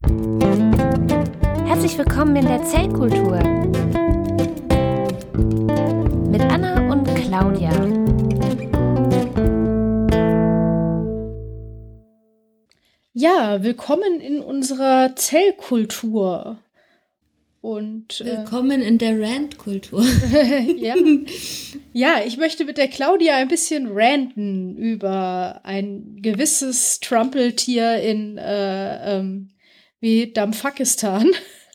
Herzlich willkommen in der Zellkultur mit Anna und Claudia. Ja, willkommen in unserer Zellkultur. Und willkommen in der Rant-Kultur. Ja, ich möchte mit der Claudia ein bisschen ranten über ein gewisses Trumpeltier in wie Dampfakistan.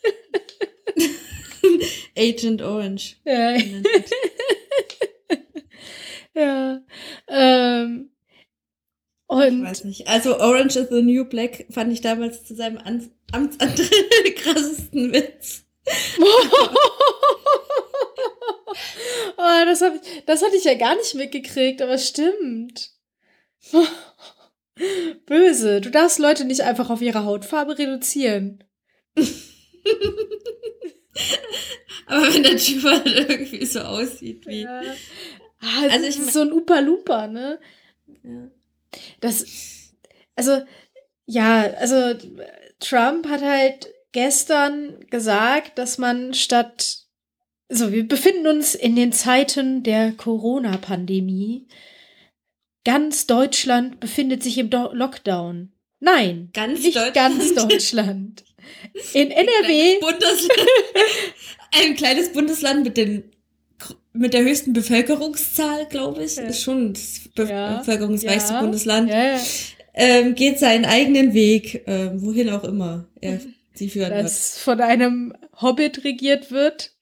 Agent Orange. Ja. Und ich weiß nicht. Also Orange is the New Black fand ich damals zu seinem Amtsantritt krassesten Witz. Oh, das hatte ich ja gar nicht mitgekriegt, aber stimmt. Böse. Du darfst Leute nicht einfach auf ihre Hautfarbe reduzieren. Aber wenn der Typ halt irgendwie so aussieht wie... Ja. Also ich so ein Upa-Lupa, ne? Ja. Also Trump hat halt gestern gesagt, dass man wir befinden uns in den Zeiten der Corona-Pandemie. Ganz Deutschland befindet sich im Lockdown. Nein, nicht ganz Deutschland. In NRW. Ein kleines Bundesland mit der höchsten Bevölkerungszahl, glaube ich, ist schon das bevölkerungsreichste Bundesland, geht seinen eigenen Weg, wohin auch immer er sie führen wird. Das von einem Hobbit regiert wird.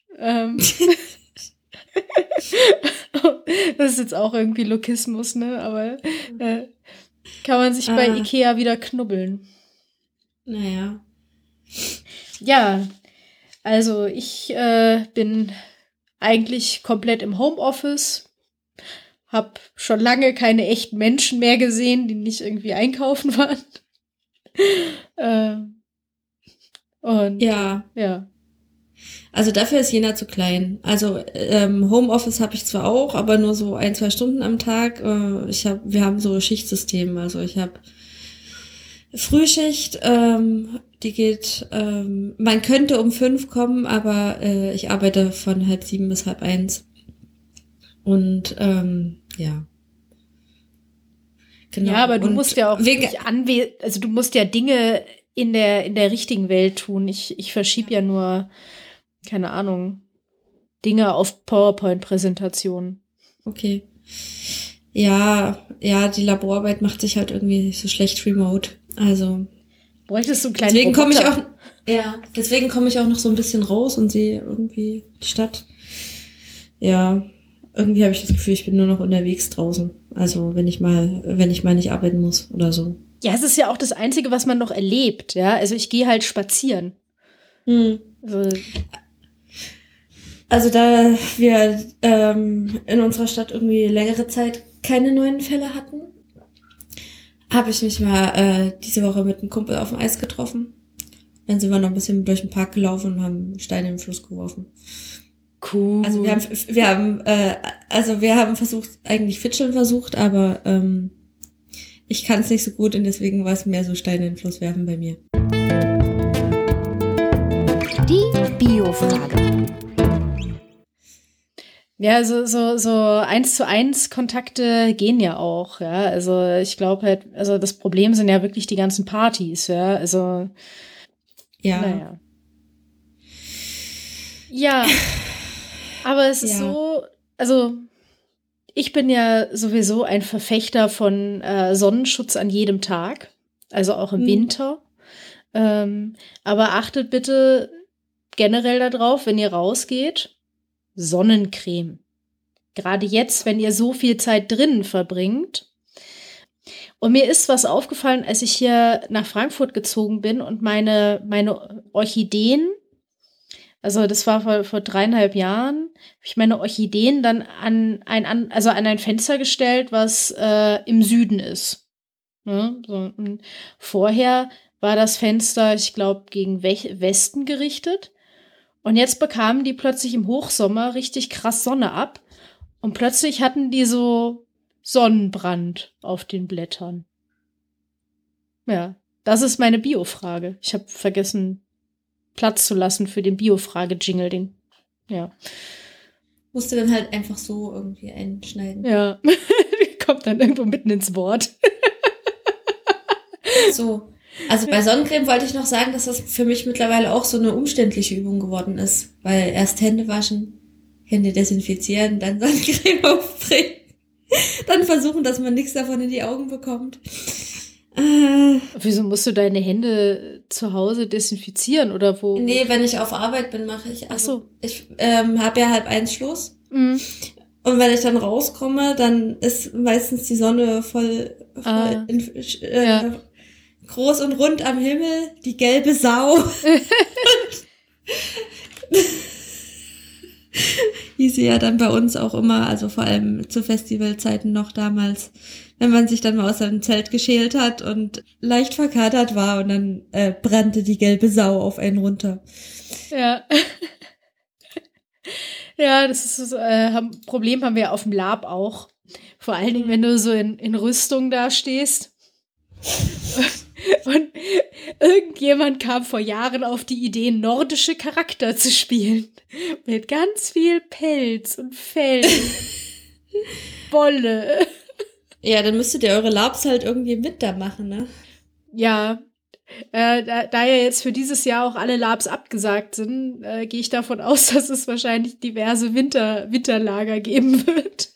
Das ist jetzt auch irgendwie Lokismus, ne? Aber kann man sich bei Ikea wieder knubbeln. Naja. Ja, also ich bin eigentlich komplett im Homeoffice. Hab schon lange keine echten Menschen mehr gesehen, die nicht irgendwie einkaufen waren. Und ja. Also dafür ist Jena zu klein. Also Homeoffice habe ich zwar auch, aber nur so 1-2 Stunden am Tag. Wir haben so ein Schichtsystem. Also ich habe Frühschicht, die geht, man könnte um 5 kommen, aber ich arbeite von 6:30 bis 6:30. Und ja. Genau. Ja, aber du musst ja auch also du musst ja Dinge in der richtigen Welt tun. Ich verschiebe ja nur, keine Ahnung, Dinge auf PowerPoint-Präsentationen. Okay. Ja, die Laborarbeit macht sich halt irgendwie so schlecht remote. Also bräuchtest du einen kleinen deswegen komme ich auch noch so ein bisschen raus und sehe irgendwie die Stadt. Ja, irgendwie habe ich das Gefühl, ich bin nur noch unterwegs draußen. Also wenn ich mal nicht arbeiten muss oder so. Ja, es ist ja auch das Einzige, was man noch erlebt, ja. Also ich gehe halt spazieren. Also da wir in unserer Stadt irgendwie längere Zeit keine neuen Fälle hatten, habe ich mich mal diese Woche mit einem Kumpel auf dem Eis getroffen. Dann sind wir noch ein bisschen durch den Park gelaufen und haben Steine in den Fluss geworfen. Cool. Also wir haben Fitscheln versucht, aber ich kann es nicht so gut und deswegen war es mehr so Steine in den Fluss werfen bei mir. Die Bio-Frage. Ja, so 1:1 Kontakte gehen ja auch, ja. Also ich glaube halt, also das Problem sind ja wirklich die ganzen Partys, ja. Also naja. Ja, aber es ist so, also ich bin ja sowieso ein Verfechter von Sonnenschutz an jedem Tag, also auch im Winter. Aber achtet bitte generell darauf, wenn ihr rausgeht, Sonnencreme. Gerade jetzt, wenn ihr so viel Zeit drinnen verbringt. Und mir ist was aufgefallen, als ich hier nach Frankfurt gezogen bin und meine Orchideen, also das war vor 3,5 Jahren, habe ich meine Orchideen dann an ein Fenster gestellt, was im Süden ist. Ne? So, und vorher war das Fenster, ich glaube, gegen Westen gerichtet. Und jetzt bekamen die plötzlich im Hochsommer richtig krass Sonne ab. Und plötzlich hatten die so Sonnenbrand auf den Blättern. Ja, Das ist meine Bio-Frage. Ich habe vergessen, Platz zu lassen für den Bio-Frage-Jingle. Ja. Musst du dann halt einfach so irgendwie einschneiden. Ja, kommt dann irgendwo mitten ins Wort. So. Also bei Sonnencreme wollte ich noch sagen, dass das für mich mittlerweile auch so eine umständliche Übung geworden ist. Weil erst Hände waschen, Hände desinfizieren, dann Sonnencreme aufbringen. Dann versuchen, dass man nichts davon in die Augen bekommt. Wieso musst du deine Hände zu Hause desinfizieren oder wo? Nee, wenn ich auf Arbeit bin, mache ich. Also, ach so. Ich habe ja 12:30 Schluss. Und wenn ich dann rauskomme, dann ist meistens die Sonne voll groß und rund am Himmel, die gelbe Sau. Hieß sie ja dann bei uns auch immer, also vor allem zu Festivalzeiten noch damals, wenn man sich dann mal aus seinem Zelt geschält hat und leicht verkatert war und dann brannte die gelbe Sau auf einen runter. Ja. Ja, das ist Problem haben wir auf dem Lab auch. Vor allen Dingen, wenn du so in Rüstung da stehst. Und irgendjemand kam vor Jahren auf die Idee, nordische Charakter zu spielen. Mit ganz viel Pelz und Fell. Wolle. Ja, dann müsstet ihr eure Labs halt irgendwie im Winter machen, ne? Ja. Da ja jetzt für dieses Jahr auch alle Labs abgesagt sind, gehe ich davon aus, dass es wahrscheinlich diverse Winterlager geben wird.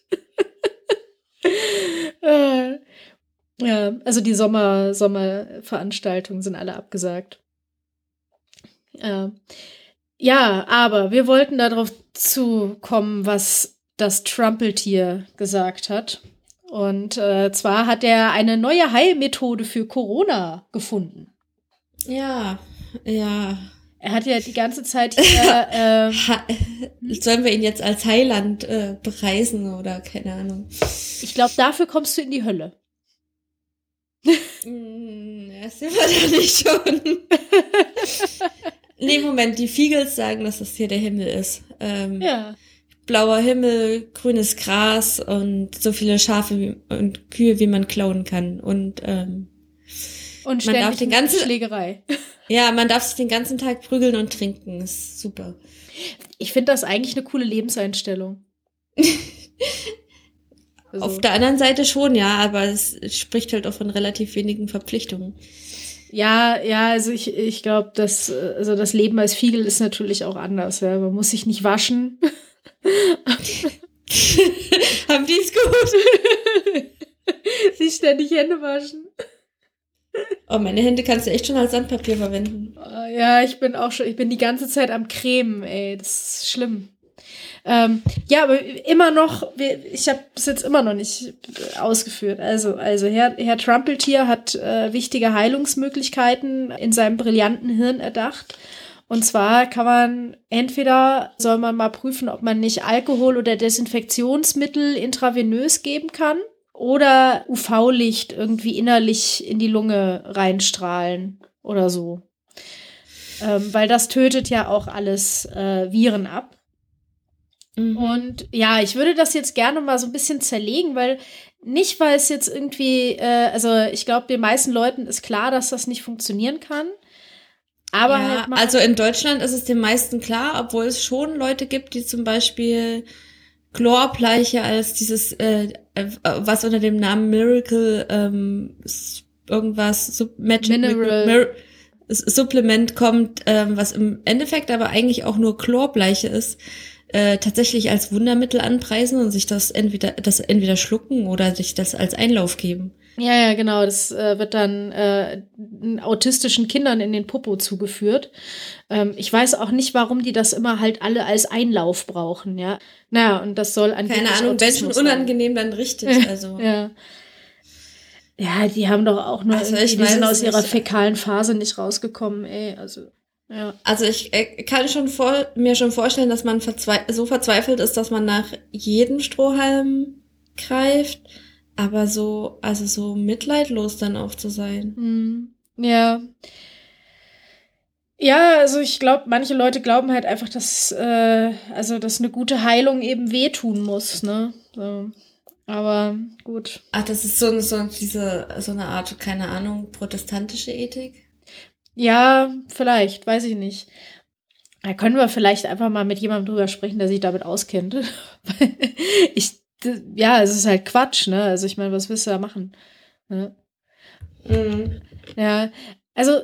Ja, also die Sommerveranstaltungen sind alle abgesagt. Ja, aber wir wollten darauf zukommen, was das Trumpeltier gesagt hat. Und zwar hat er eine neue Heilmethode für Corona gefunden. Ja. Er hat ja die ganze Zeit hier, sollen wir ihn jetzt als Heiland bereisen oder keine Ahnung? Ich glaube, dafür kommst du in die Hölle. Ja, sind wir da nicht schon. Nee, Moment, die Fiegels sagen, dass das hier der Himmel ist. Ja. Blauer Himmel, grünes Gras und so viele Schafe und Kühe, wie man klauen kann. Und ständig Schlägerei. Ja, man darf sich den ganzen Tag prügeln und trinken. Das ist super. Ich finde das eigentlich eine coole Lebenseinstellung. Also. Auf der anderen Seite schon, ja, aber es spricht halt auch von relativ wenigen Verpflichtungen. Ja, also ich glaube, das Leben als Fiegel ist natürlich auch anders. Ja. Man muss sich nicht waschen. Haben die es gut? Sich ständig Hände waschen. Oh, meine Hände kannst du echt schon als Sandpapier verwenden. Ja, ich bin die ganze Zeit am Cremen, ey, das ist schlimm. Ja, aber immer noch, ich habe es jetzt immer noch nicht ausgeführt. Also Herr Trumpeltier hat wichtige Heilungsmöglichkeiten in seinem brillanten Hirn erdacht. Und zwar soll man mal prüfen, ob man nicht Alkohol oder Desinfektionsmittel intravenös geben kann oder UV-Licht irgendwie innerlich in die Lunge reinstrahlen oder so. Weil das tötet ja auch alles Viren ab. Mhm. Und ja, ich würde das jetzt gerne mal so ein bisschen zerlegen, weil es jetzt irgendwie, ich glaube, den meisten Leuten ist klar, dass das nicht funktionieren kann. Aber ja, halt mal also in Deutschland ist es den meisten klar, obwohl es schon Leute gibt, die zum Beispiel Chlorbleiche als dieses, was unter dem Namen Miracle irgendwas Supplement kommt, was im Endeffekt aber eigentlich auch nur Chlorbleiche ist, tatsächlich als Wundermittel anpreisen und sich das entweder schlucken oder sich das als Einlauf geben. Ja, genau. Das wird dann autistischen Kindern in den Popo zugeführt. Ich weiß auch nicht, warum die das immer halt alle als Einlauf brauchen, ja. Naja, und das soll angeblich keine Ahnung, wenn schon unangenehm, dann richtig, also. Ja, die haben doch auch nur die sind aus ihrer fäkalen Phase nicht rausgekommen, ey, also. Ja. Also ich kann mir schon vorstellen, dass man so verzweifelt ist, dass man nach jedem Strohhalm greift, aber so mitleidlos dann auch zu sein. Ja. Ja, also ich glaube, manche Leute glauben halt einfach, dass eine gute Heilung eben wehtun muss, ne? So. Aber gut. Ach, das ist so eine Art, keine Ahnung, protestantische Ethik? Ja, vielleicht, weiß ich nicht. Da können wir vielleicht einfach mal mit jemandem drüber sprechen, der sich damit auskennt. Ja, es ist halt Quatsch, ne? Also ich meine, was willst du da machen? Ne? Ja, also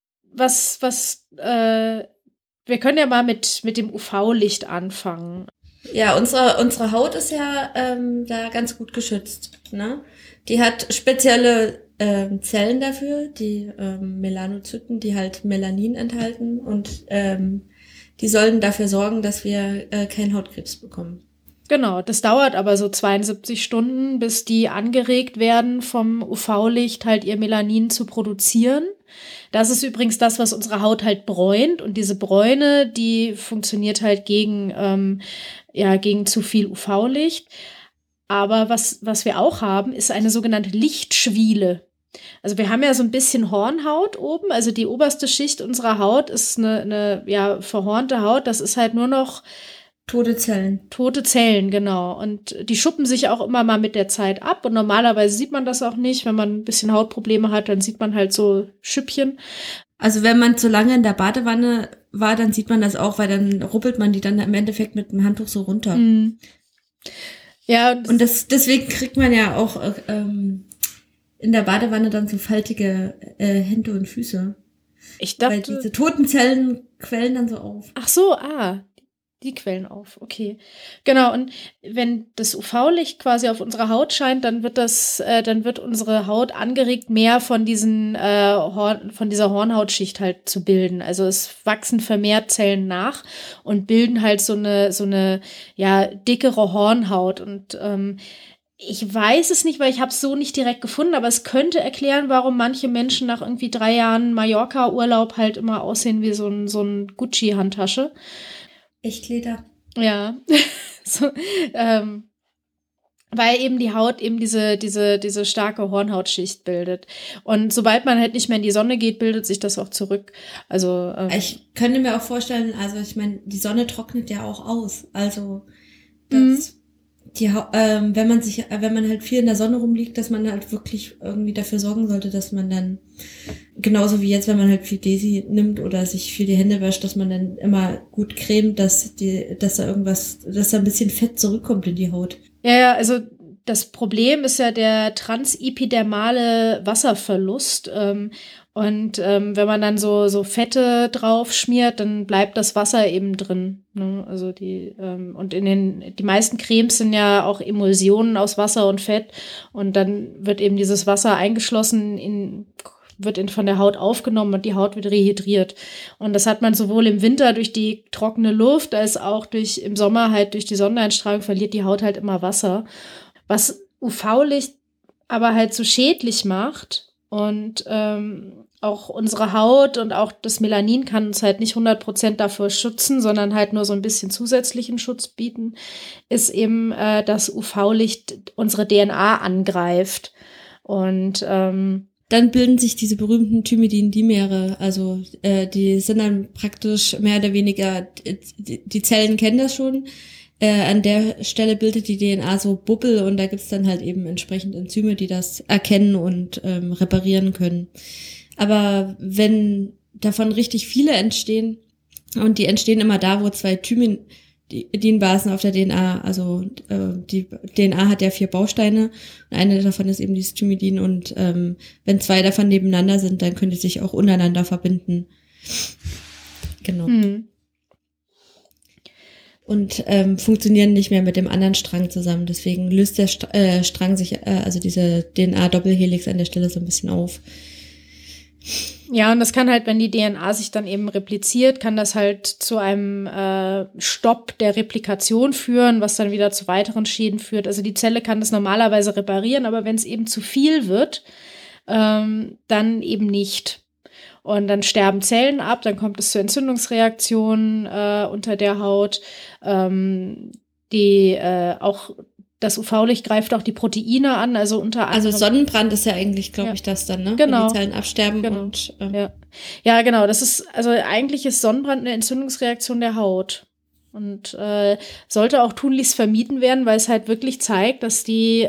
wir können ja mal mit dem UV-Licht anfangen. Ja, unsere Haut ist ja da ganz gut geschützt, ne? Die hat spezielle Zellen dafür, die Melanozyten, die halt Melanin enthalten und die sollen dafür sorgen, dass wir keinen Hautkrebs bekommen. Genau, das dauert aber so 72 Stunden, bis die angeregt werden, vom UV-Licht halt ihr Melanin zu produzieren. Das ist übrigens das, was unsere Haut halt bräunt. Und diese Bräune, die funktioniert halt gegen zu viel UV-Licht. Aber was wir auch haben, ist eine sogenannte Lichtschwiele. Also wir haben ja so ein bisschen Hornhaut oben. Also die oberste Schicht unserer Haut ist eine verhornte Haut. Das ist halt nur noch tote Zellen, genau. Und die schuppen sich auch immer mal mit der Zeit ab. Und normalerweise sieht man das auch nicht. Wenn man ein bisschen Hautprobleme hat, dann sieht man halt so Schüppchen. Also wenn man zu lange in der Badewanne war, dann sieht man das auch, weil dann ruppelt man die dann im Endeffekt mit dem Handtuch so runter. Mhm. Ja, und deswegen kriegt man ja auch in der Badewanne dann so faltige Hände und Füße. Ich dachte, weil diese toten Zellen quellen dann so auf. Ach so, die quellen auf, okay. Genau, und wenn das UV-Licht quasi auf unsere Haut scheint, dann wird unsere Haut angeregt, mehr von dieser Hornhautschicht halt zu bilden. Also es wachsen vermehrt Zellen nach und bilden halt so eine dickere Hornhaut. Und ich weiß es nicht, weil ich habe es so nicht direkt gefunden, aber es könnte erklären, warum manche Menschen nach irgendwie 3 Jahren Mallorca-Urlaub halt immer aussehen wie so ein Gucci-Handtasche. Echtleder. Ja, so, weil eben die Haut eben diese starke Hornhautschicht bildet. Und sobald man halt nicht mehr in die Sonne geht, bildet sich das auch zurück. Also ich könnte mir auch vorstellen, also ich meine, die Sonne trocknet ja auch aus. Also das wenn man halt viel in der Sonne rumliegt, dass man halt wirklich irgendwie dafür sorgen sollte, dass man dann, genauso wie jetzt, wenn man halt viel Desi nimmt oder sich viel die Hände wäscht, dass man dann immer gut cremt, dass da ein bisschen Fett zurückkommt in die Haut. Ja, also das Problem ist ja der transepidermale Wasserverlust. Und wenn man dann so Fette drauf schmiert, dann bleibt das Wasser eben drin. Ne? Also die meisten Cremes sind ja auch Emulsionen aus Wasser und Fett. Und dann wird eben dieses Wasser eingeschlossen, wird von der Haut aufgenommen und die Haut wird rehydriert. Und das hat man sowohl im Winter durch die trockene Luft als auch im Sommer halt durch die Sonneneinstrahlung verliert die Haut halt immer Wasser. Was UV-Licht aber halt so schädlich macht und auch unsere Haut und auch das Melanin kann uns halt nicht 100% davor schützen, sondern halt nur so ein bisschen zusätzlichen Schutz bieten, ist eben, dass UV-Licht unsere DNA angreift. Und dann bilden sich diese berühmten Thymidin-Dimere, also die sind dann praktisch mehr oder weniger, die Zellen kennen das schon, an der Stelle bildet die DNA so Bubbel und da gibt's dann halt eben entsprechend Enzyme, die das erkennen und reparieren können. Aber wenn davon richtig viele entstehen, und die entstehen immer da, wo 2 Thymidinbasen auf der DNA, also die DNA hat ja 4 Bausteine und eine davon ist eben dieses Thymidin und wenn 2 davon nebeneinander sind, dann können die sich auch untereinander verbinden. Genau. Und funktionieren nicht mehr mit dem anderen Strang zusammen. Deswegen löst der Strang sich, also diese DNA-Doppelhelix an der Stelle so ein bisschen auf. Ja, und das kann halt, wenn die DNA sich dann eben repliziert, kann das halt zu einem Stopp der Replikation führen, was dann wieder zu weiteren Schäden führt. Also die Zelle kann das normalerweise reparieren, aber wenn es eben zu viel wird, dann eben nicht. Und dann sterben Zellen ab, dann kommt es zu Entzündungsreaktionen unter der Haut, auch das UV-Licht greift auch die Proteine an, also unter anderem. Also Sonnenbrand ist ja eigentlich, glaube ich, das dann, ne? Genau. Wenn die Zellen absterben Ja, genau. Das ist, also eigentlich ist Sonnenbrand eine Entzündungsreaktion der Haut. und sollte auch tunlichst vermieden werden, weil es halt wirklich zeigt, dass die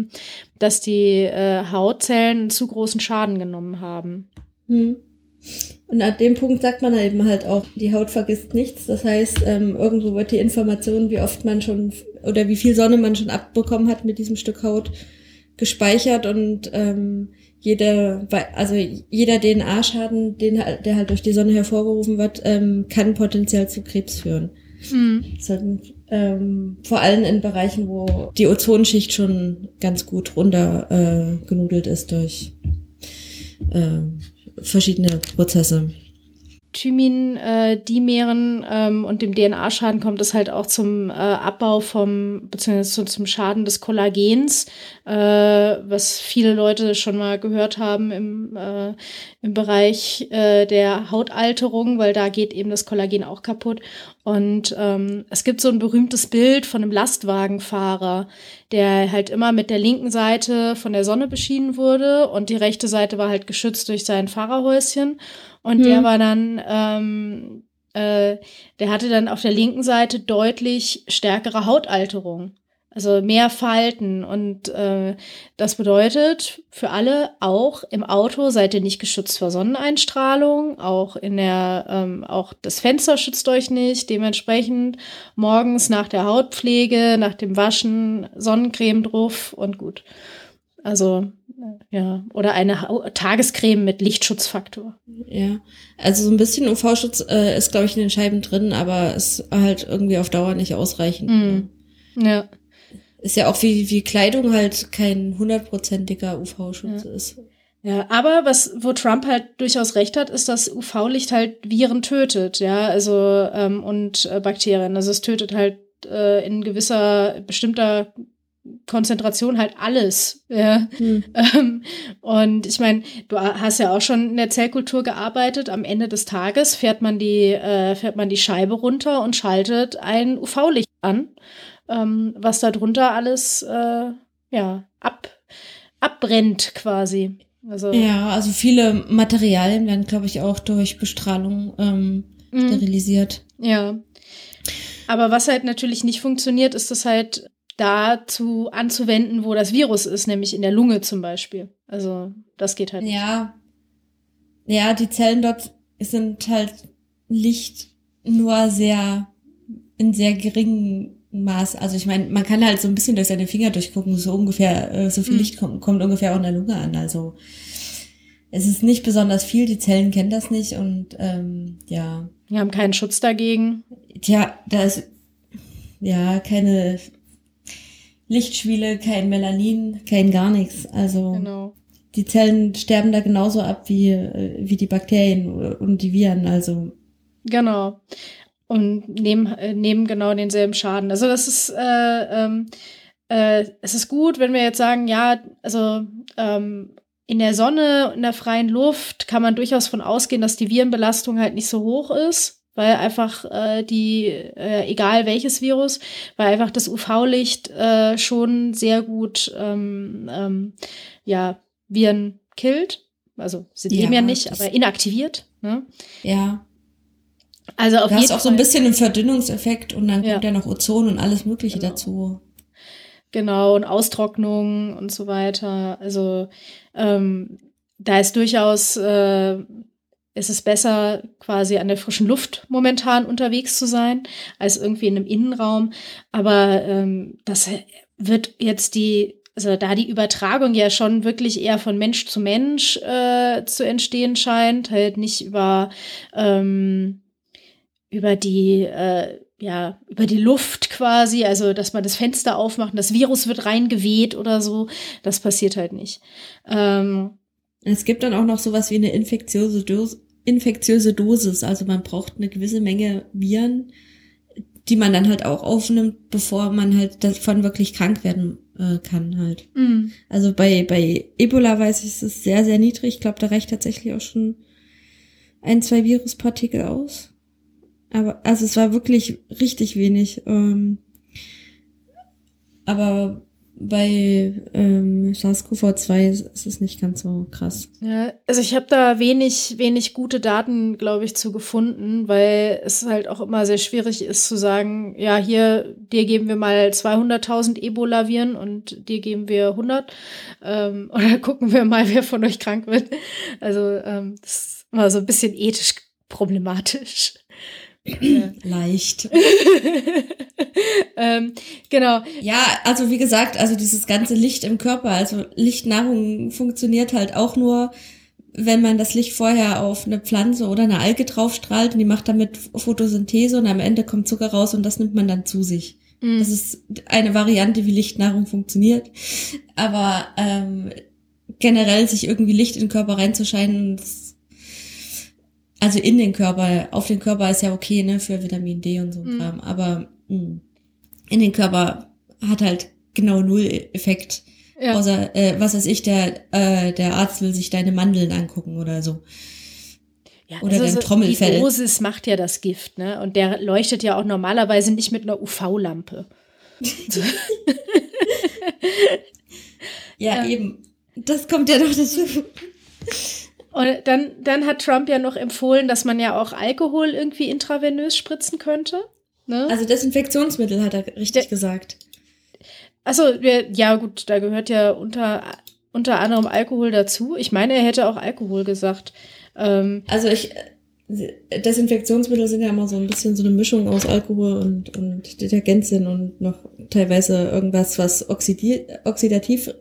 Hautzellen einen zu großen Schaden genommen haben. Und an dem Punkt sagt man eben halt auch, die Haut vergisst nichts. Das heißt, irgendwo wird die Information, wie oft man schon oder wie viel Sonne man schon abbekommen hat mit diesem Stück Haut, gespeichert und jeder DNA-Schaden, der halt durch die Sonne hervorgerufen wird, kann potenziell zu Krebs führen. Vor allem in Bereichen, wo die Ozonschicht schon ganz gut runter genudelt ist durch verschiedene Prozesse. Thymin-Dimeren und dem DNA-Schaden kommt es halt auch zum Abbau beziehungsweise zum Schaden des Kollagens, was viele Leute schon mal gehört haben im Bereich der Hautalterung, weil da geht eben das Kollagen auch kaputt. Und es gibt so ein berühmtes Bild von einem Lastwagenfahrer, der halt immer mit der linken Seite von der Sonne beschienen wurde und die rechte Seite war halt geschützt durch sein Fahrerhäuschen. Und der war dann, der hatte dann auf der linken Seite deutlich stärkere Hautalterung, also mehr Falten. Und das bedeutet für alle, auch im Auto seid ihr nicht geschützt vor Sonneneinstrahlung, auch auch das Fenster schützt euch nicht. Dementsprechend morgens nach der Hautpflege, nach dem Waschen, Sonnencreme drauf und gut. Also ja, oder eine Tagescreme mit Lichtschutzfaktor. Ja, also so ein bisschen UV-Schutz ist, glaube ich, in den Scheiben drin, aber ist halt irgendwie auf Dauer nicht ausreichend. Ja. Ist ja auch wie Kleidung halt kein 100%iger UV-Schutz ist. Ja, aber wo Trump halt durchaus recht hat, ist, dass UV-Licht halt Viren tötet, ja, also und Bakterien. Also es tötet halt in gewisser bestimmter Konzentration halt alles. Ja. Und ich meine, du hast ja auch schon in der Zellkultur gearbeitet. Am Ende des Tages fährt man die Scheibe runter und schaltet ein UV-Licht an, was da drunter alles abbrennt quasi. Also viele Materialien werden, glaube ich, auch durch Bestrahlung sterilisiert. Ja. Aber was halt natürlich nicht funktioniert, ist das halt dazu anzuwenden, wo das Virus ist, nämlich in der Lunge zum Beispiel. Also das geht halt nicht. Ja, die Zellen dort sind halt Licht nur in sehr geringem Maß. Also ich meine, man kann halt so ein bisschen durch seine Finger durchgucken, so ungefähr, so viel Licht kommt ungefähr auch in der Lunge an. Also es ist nicht besonders viel, die Zellen kennen das nicht und ja. Die haben keinen Schutz dagegen. Tja, da ist keine Lichtschwiele, kein Melanin, kein gar nichts. Also genau. Die Zellen sterben da genauso ab wie die Bakterien und die Viren. Also genau. Und nehmen genau denselben Schaden. Also das ist es ist gut, wenn wir jetzt sagen, ja, also in der Sonne, in der freien Luft kann man durchaus von ausgehen, dass die Virenbelastung halt nicht so hoch ist. Weil einfach egal welches Virus, weil einfach das UV-Licht schon sehr gut Viren killt. Also sie leben ja nicht, aber inaktiviert. Ne? Ja. Also auf jeden Fall. Du hast auch so ein bisschen einen Verdünnungseffekt und dann kommt ja noch Ozon und alles Mögliche dazu. Genau, und Austrocknung und so weiter. Also da ist durchaus ist es besser, quasi an der frischen Luft momentan unterwegs zu sein, als irgendwie in einem Innenraum. Aber das wird jetzt da die Übertragung ja schon wirklich eher von Mensch zu Mensch zu entstehen scheint, halt nicht über die Luft quasi, also dass man das Fenster aufmacht und das Virus wird reingeweht oder so, das passiert halt nicht. Es gibt dann auch noch sowas wie eine infektiöse Dosis, also man braucht eine gewisse Menge Viren, die man dann halt auch aufnimmt, bevor man halt davon wirklich krank werden kann halt. Also bei Ebola weiß ich, es ist sehr, sehr niedrig. Ich glaube, da reicht tatsächlich auch schon 1-2 Viruspartikel aus. Aber also es war wirklich richtig wenig. Aber bei SARS-CoV-2 ist es nicht ganz so krass. Ja, also ich habe da wenig gute Daten, glaube ich, zu gefunden, weil es halt auch immer sehr schwierig ist zu sagen, ja, hier, dir geben wir mal 200.000 Ebola-Viren und dir geben wir 100. Oder gucken wir mal, wer von euch krank wird. Also das ist immer so ein bisschen ethisch problematisch. Leicht. Genau. Ja, also wie gesagt, also dieses ganze Licht im Körper, also Lichtnahrung funktioniert halt auch nur, wenn man das Licht vorher auf eine Pflanze oder eine Alge draufstrahlt und die macht damit Photosynthese und am Ende kommt Zucker raus und das nimmt man dann zu sich. Das ist eine Variante, wie Lichtnahrung funktioniert. Aber generell sich irgendwie Licht in den Körper reinzuscheinen, also in den Körper, auf den Körper ist ja okay, ne, für Vitamin D und so Kram, aber in den Körper hat halt genau null Effekt. Ja. Außer, was weiß ich, der Arzt will sich deine Mandeln angucken oder so. Ja, oder dein Trommelfell. Die Dosis macht ja das Gift, ne? Und der leuchtet ja auch normalerweise nicht mit einer UV-Lampe. Ja, eben. Das kommt ja noch dazu. Und dann hat Trump ja noch empfohlen, dass man ja auch Alkohol irgendwie intravenös spritzen könnte. Ne? Also Desinfektionsmittel hat er richtig gesagt. Achso, ja gut, da gehört ja unter anderem Alkohol dazu. Ich meine, er hätte auch Alkohol gesagt. Also Desinfektionsmittel sind ja immer so ein bisschen so eine Mischung aus Alkohol und Detergenzien und noch teilweise irgendwas, was oxidativ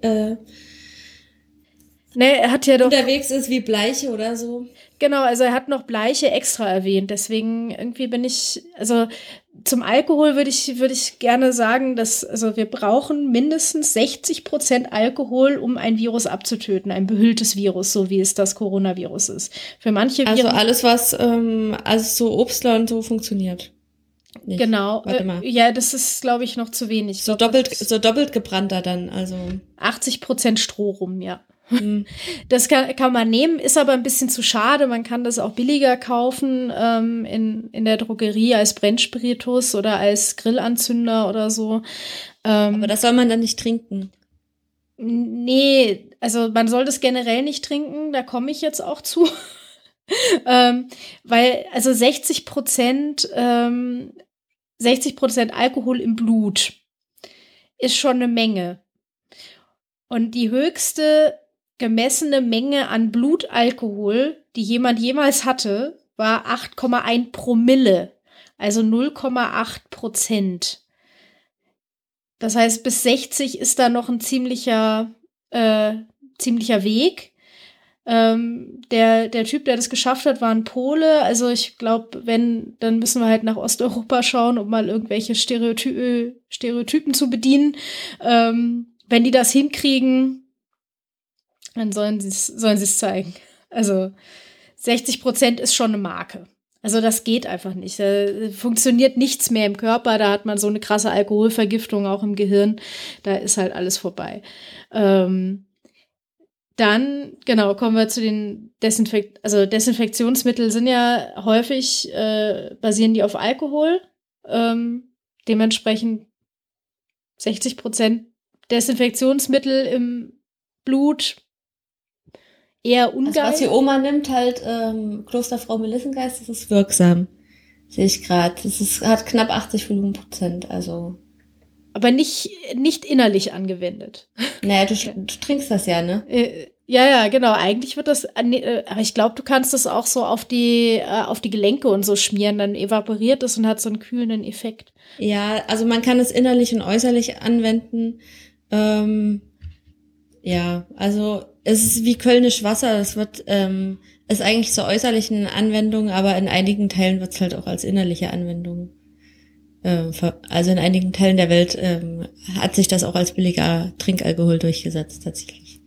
er hat ja doch unterwegs ist wie Bleiche oder so. Genau, also er hat noch Bleiche extra erwähnt. Deswegen irgendwie also zum Alkohol würde ich gerne sagen, dass, also wir brauchen mindestens 60% Alkohol, um ein Virus abzutöten, ein behülltes Virus, so wie es das Coronavirus ist. Für manche also Viren, alles, was so Obstler und so funktioniert. Nicht. Genau, ja, das ist, glaube ich, noch zu wenig. So doppelt gebrannter dann, also 80% Stroh rum, ja. Das kann man nehmen, ist aber ein bisschen zu schade. Man kann das auch billiger kaufen in der Drogerie als Brennspiritus oder als Grillanzünder oder so. Aber das soll man dann nicht trinken. Nee, also man soll das generell nicht trinken, da komme ich jetzt auch zu. Weil, also 60% Alkohol im Blut ist schon eine Menge. Und die höchste gemessene Menge an Blutalkohol, die jemand jemals hatte, war 8,1 Promille, also 0,8%. Das heißt, bis 60 ist da noch ein ziemlicher Weg. Der Typ, der das geschafft hat, war ein Pole. Also ich glaube, dann müssen wir halt nach Osteuropa schauen, um mal irgendwelche Stereotypen zu bedienen. Wenn die das hinkriegen, dann sollen sie es zeigen. Also 60% ist schon eine Marke. Also das geht einfach nicht. Da funktioniert nichts mehr im Körper. Da hat man so eine krasse Alkoholvergiftung auch im Gehirn. Da ist halt alles vorbei. Dann, genau, kommen wir zu den Desinfektionsmittel sind ja häufig, basieren die auf Alkohol. Dementsprechend 60% Desinfektionsmittel im Blut eher ungeil. Also was die Oma nimmt, halt Klosterfrau Melissengeist, das ist wirksam. Sehe ich gerade. Hat knapp 80 Volumenprozent, also. Aber nicht innerlich angewendet. Naja, du trinkst das ja, ne? Ja, genau. Eigentlich wird das, aber ich glaube, du kannst das auch so auf die Gelenke und so schmieren, dann evaporiert es und hat so einen kühlenden Effekt. Ja, also man kann es innerlich und äußerlich anwenden. Ja, also es ist wie Kölnisch Wasser, das ist eigentlich zur äußerlichen Anwendung, aber in einigen Teilen wird es halt auch als innerliche Anwendung. Also in einigen Teilen der Welt hat sich das auch als billiger Trinkalkohol durchgesetzt, tatsächlich.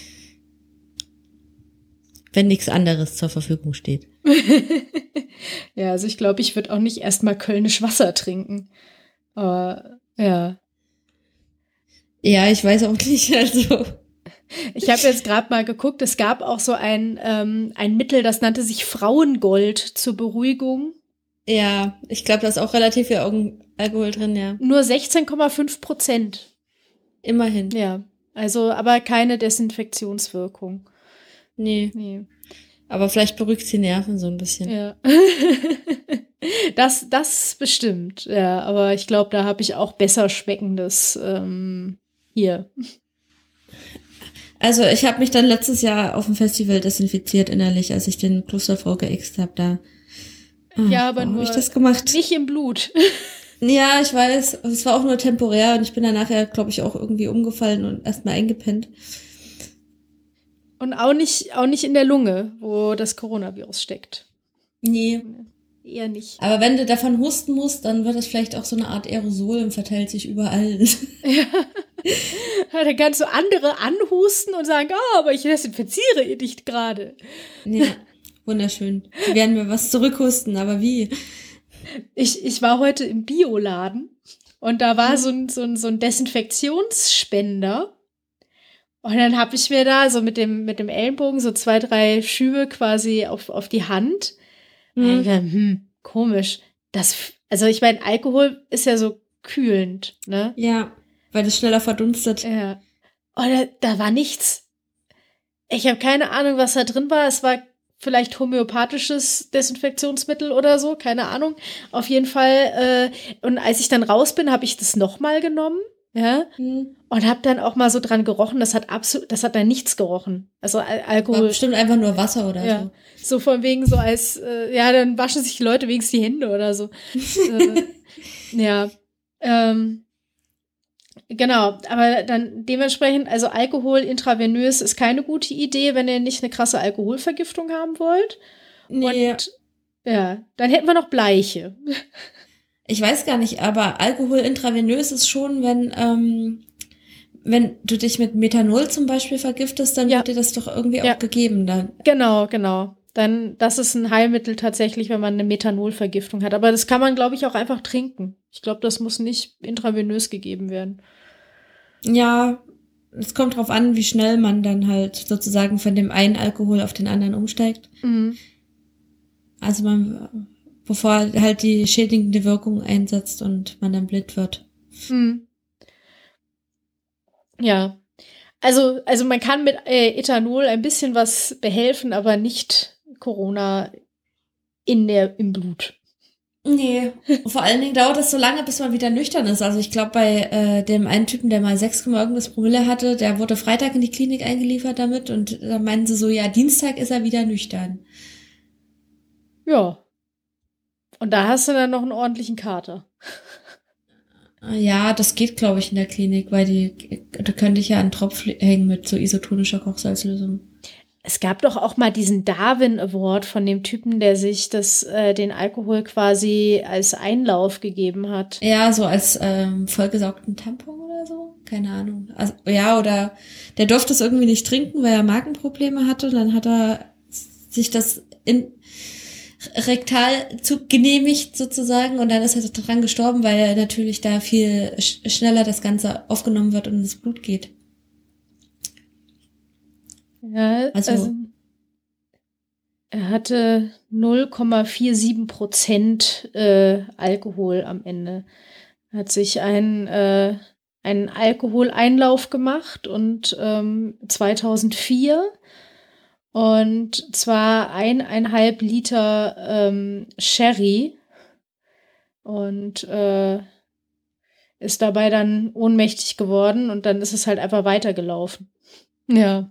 Wenn nichts anderes zur Verfügung steht. Ja, also ich glaube, ich würde auch nicht erstmal Kölnisch Wasser trinken. Aber ja. Ja, ich weiß auch nicht, also. Ich habe jetzt gerade mal geguckt, es gab auch so ein Mittel, das nannte sich Frauengold zur Beruhigung. Ja, ich glaube, da ist auch relativ viel Alkohol drin, ja. Nur 16,5%. Immerhin. Ja, also aber keine Desinfektionswirkung. Nee. Aber vielleicht beruhigt die Nerven so ein bisschen. Ja. Das bestimmt, ja. Aber ich glaube, da habe ich auch besser schmeckendes hier. Also ich habe mich dann letztes Jahr auf dem Festival desinfiziert innerlich, als ich den Klosterfrau geixt habe. Da ja, aber nur hab ich das gemacht. nicht im Blut. Ja, ich weiß. Es war auch nur temporär und ich bin dann nachher, glaube ich, auch irgendwie umgefallen und erstmal eingepennt. Und auch nicht in der Lunge, wo das Coronavirus steckt. Nee. Eher nicht. Aber wenn du davon husten musst, dann wird das vielleicht auch so eine Art Aerosol und verteilt sich überall. Ja. Dann kannst du andere anhusten und sagen, aber ich desinfiziere dich gerade. Ja, wunderschön. Die werden mir was zurückhusten, aber wie? Ich war heute im Bioladen und da war so ein Desinfektionsspender. Und dann habe ich mir da so mit dem Ellenbogen so 2, 3 Schübe quasi auf die Hand. Komisch. Also ich meine, Alkohol ist ja so kühlend, ne? Ja, weil das schneller verdunstet. Ja. Und da war nichts. Ich habe keine Ahnung, was da drin war. Es war vielleicht homöopathisches Desinfektionsmittel oder so, keine Ahnung. Auf jeden Fall. Und als ich dann raus bin, habe ich das nochmal genommen. Ja, und habe dann auch mal so dran gerochen, das hat dann nichts gerochen. Also Alkohol. War bestimmt einfach nur Wasser oder ja, so. Von wegen so als, dann waschen sich die Leute wenigstens die Hände oder so. Ja, genau, aber dann dementsprechend, also Alkohol intravenös ist keine gute Idee, wenn ihr nicht eine krasse Alkoholvergiftung haben wollt. Nee. Und ja, dann hätten wir noch Bleiche. Ich weiß gar nicht, aber Alkohol intravenös ist schon, wenn du dich mit Methanol zum Beispiel vergiftest, dann wird dir das doch irgendwie auch gegeben dann. Genau. Dann, das ist ein Heilmittel tatsächlich, wenn man eine Methanolvergiftung hat. Aber das kann man, glaube ich, auch einfach trinken. Ich glaube, das muss nicht intravenös gegeben werden. Ja, es kommt drauf an, wie schnell man dann halt sozusagen von dem einen Alkohol auf den anderen umsteigt. Mhm. Also bevor halt die schädigende Wirkung einsetzt und man dann blind wird. Mhm. Ja, also man kann mit Ethanol ein bisschen was behelfen, aber nicht Corona im Blut. Nee, vor allen Dingen dauert es so lange, bis man wieder nüchtern ist. Also ich glaube, bei dem einen Typen, der mal 6, irgendwas Promille hatte, der wurde Freitag in die Klinik eingeliefert damit und da meinten sie so, ja, Dienstag ist er wieder nüchtern. Ja. Und da hast du dann noch einen ordentlichen Kater. Ja, das geht, glaube ich, in der Klinik, weil da könnte ich ja einen Tropf hängen mit so isotonischer Kochsalzlösung. Es gab doch auch mal diesen Darwin Award von dem Typen, der sich den Alkohol quasi als Einlauf gegeben hat. Ja, so als vollgesaugten Tampon oder so. Keine Ahnung. Also, ja, oder der durfte es irgendwie nicht trinken, weil er Magenprobleme hatte. Und dann hat er sich das rektal genehmigt sozusagen und dann ist er dran gestorben, weil natürlich da viel schneller das Ganze aufgenommen wird und ins Blut geht. Ja, also er hatte 0,47% Alkohol am Ende. Er hat sich einen Alkoholeinlauf gemacht und 2004 und zwar 1,5 Liter Sherry und ist dabei dann ohnmächtig geworden und dann ist es halt einfach weitergelaufen. Ja.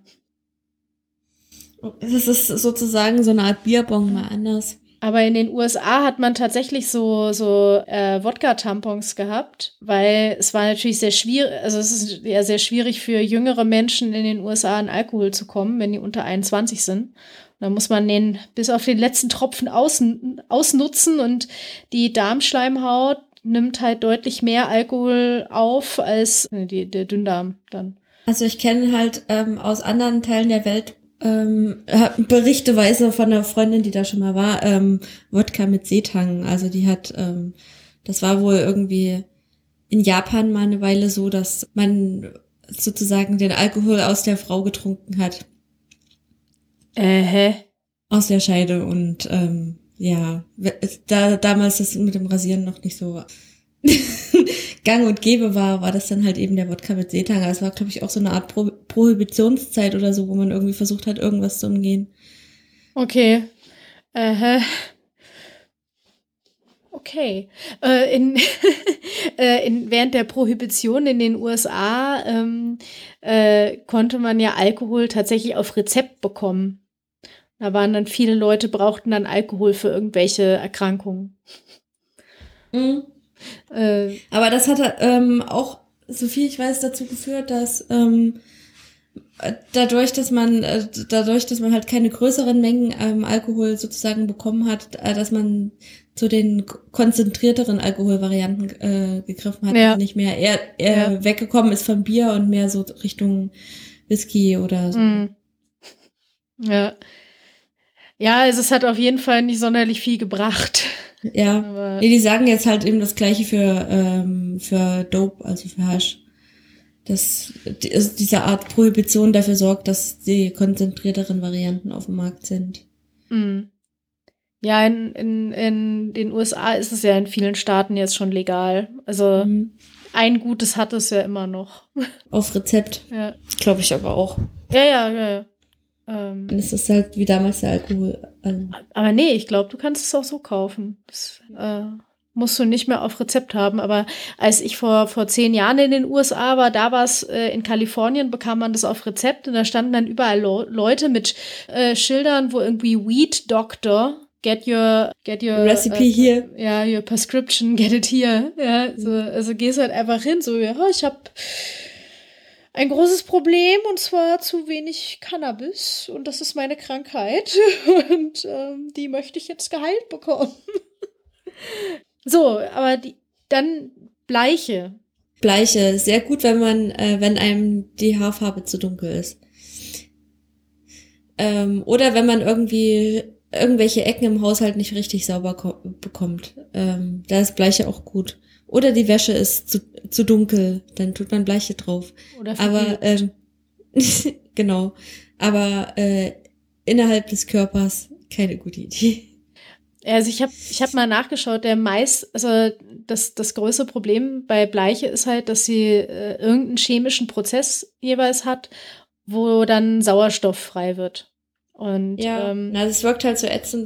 Das ist sozusagen so eine Art Bierbong, mal anders. Aber in den USA hat man tatsächlich so Wodka-Tampons gehabt, weil es war natürlich sehr schwierig, also es ist ja sehr schwierig für jüngere Menschen in den USA an Alkohol zu kommen, wenn die unter 21 sind. Und dann muss man den bis auf den letzten Tropfen ausnutzen und die Darmschleimhaut nimmt halt deutlich mehr Alkohol auf als der Dünndarm dann. Also ich kenne halt aus anderen Teilen der Welt berichteweise von einer Freundin, die da schon mal war, Wodka mit Seetang. Also die hat, das war wohl irgendwie in Japan mal eine Weile so, dass man sozusagen den Alkohol aus der Frau getrunken hat. Aus der Scheide und ja, da damals das mit dem Rasieren noch nicht so gang und gäbe war das dann halt eben der Wodka mit Seetang. Es war, glaube ich, auch so eine Art Prohibitionszeit oder so, wo man irgendwie versucht hat, irgendwas zu umgehen. Okay. Okay. Während der Prohibition in den USA konnte man ja Alkohol tatsächlich auf Rezept bekommen. Da waren dann viele Leute, brauchten dann Alkohol für irgendwelche Erkrankungen. Mhm. Aber das hat auch, soviel ich weiß, dazu geführt, dass dadurch, dass man halt keine größeren Mengen Alkohol sozusagen bekommen hat, dass man zu den konzentrierteren Alkoholvarianten gegriffen hat, Ja. und nicht mehr eher weggekommen ist vom Bier und mehr so Richtung Whisky oder so. Mhm. Ja. Ja, also es hat auf jeden Fall nicht sonderlich viel gebracht. Ja, Aber nee, die sagen jetzt halt eben das Gleiche für Dope, also für Hasch. Dass diese Art Prohibition dafür sorgt, dass die konzentrierteren Varianten auf dem Markt sind. ja, in den USA ist es ja in vielen Staaten jetzt schon legal. Also ein Gutes hat es ja immer noch. Auf Rezept. Ja. Glaube ich aber auch. Ja. Und es ist halt wie damals der Alkohol. Aber nee, ich glaube, du kannst es auch so kaufen. Das musst du nicht mehr auf Rezept haben. Aber als ich vor 10 Jahren in den USA war, da war es in Kalifornien, bekam man das auf Rezept. Und da standen dann überall Leute mit Schildern, wo irgendwie Weed Doctor, get your Recipe here. Ja, your prescription, get it here. Ja, so, also gehst halt einfach hin, so, ja, ich habe ein großes Problem, und zwar zu wenig Cannabis, und das ist meine Krankheit, und die möchte ich jetzt geheilt bekommen. So, aber dann Bleiche. Bleiche, sehr gut, wenn einem die Haarfarbe zu dunkel ist. Oder wenn man irgendwelche Ecken im Haushalt nicht richtig sauber bekommt. Da ist Bleiche auch gut. Oder die Wäsche ist zu dunkel, dann tut man Bleiche drauf. Oder aber genau. Aber innerhalb des Körpers keine gute Idee. Also ich hab mal nachgeschaut, das größte Problem bei Bleiche ist halt, dass sie irgendeinen chemischen Prozess jeweils hat, wo dann Sauerstoff frei wird. Und ja, das wirkt halt so ätzend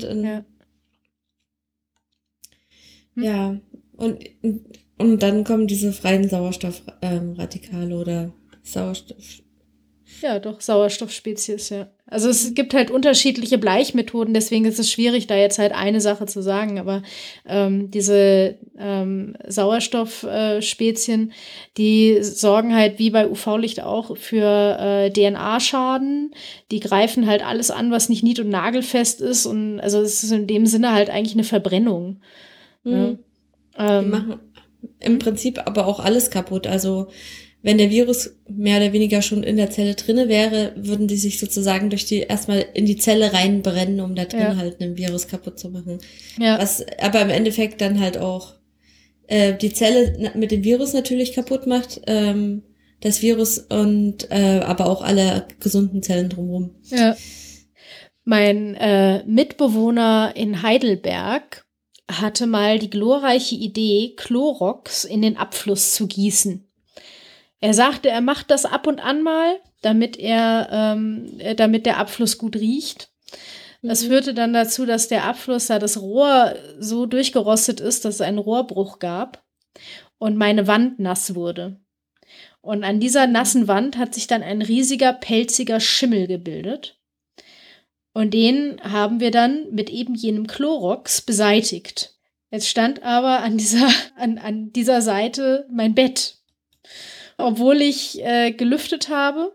ja. Und dann kommen diese freien Sauerstoffradikale oder Sauerstoff. Ja, doch, Sauerstoffspezies, ja. Also es gibt halt unterschiedliche Bleichmethoden, deswegen ist es schwierig, da jetzt halt eine Sache zu sagen. Aber diese Sauerstoffspezien, die sorgen halt wie bei UV-Licht auch für DNA-Schaden. Die greifen halt alles an, was nicht nied- und nagelfest ist. Und also es ist in dem Sinne halt eigentlich eine Verbrennung. Die machen im Prinzip aber auch alles kaputt. Also wenn der Virus mehr oder weniger schon in der Zelle drinne wäre, würden die sich sozusagen erstmal in die Zelle reinbrennen, um da drin halt einen Virus kaputt zu machen. Ja. Was aber im Endeffekt dann halt auch die Zelle mit dem Virus natürlich kaputt macht, das Virus und aber auch alle gesunden Zellen drumherum. Ja. Mein Mitbewohner in Heidelberg hatte mal die glorreiche Idee, Chlorox in den Abfluss zu gießen. Er sagte, er macht das ab und an mal, damit der Abfluss gut riecht. Das führte dann dazu, dass der Abfluss, da das Rohr so durchgerostet ist, dass es einen Rohrbruch gab und meine Wand nass wurde. Und an dieser nassen Wand hat sich dann ein riesiger, pelziger Schimmel gebildet. Und den haben wir dann mit eben jenem Chlorox beseitigt. Jetzt stand aber an dieser Seite mein Bett. Obwohl ich gelüftet habe,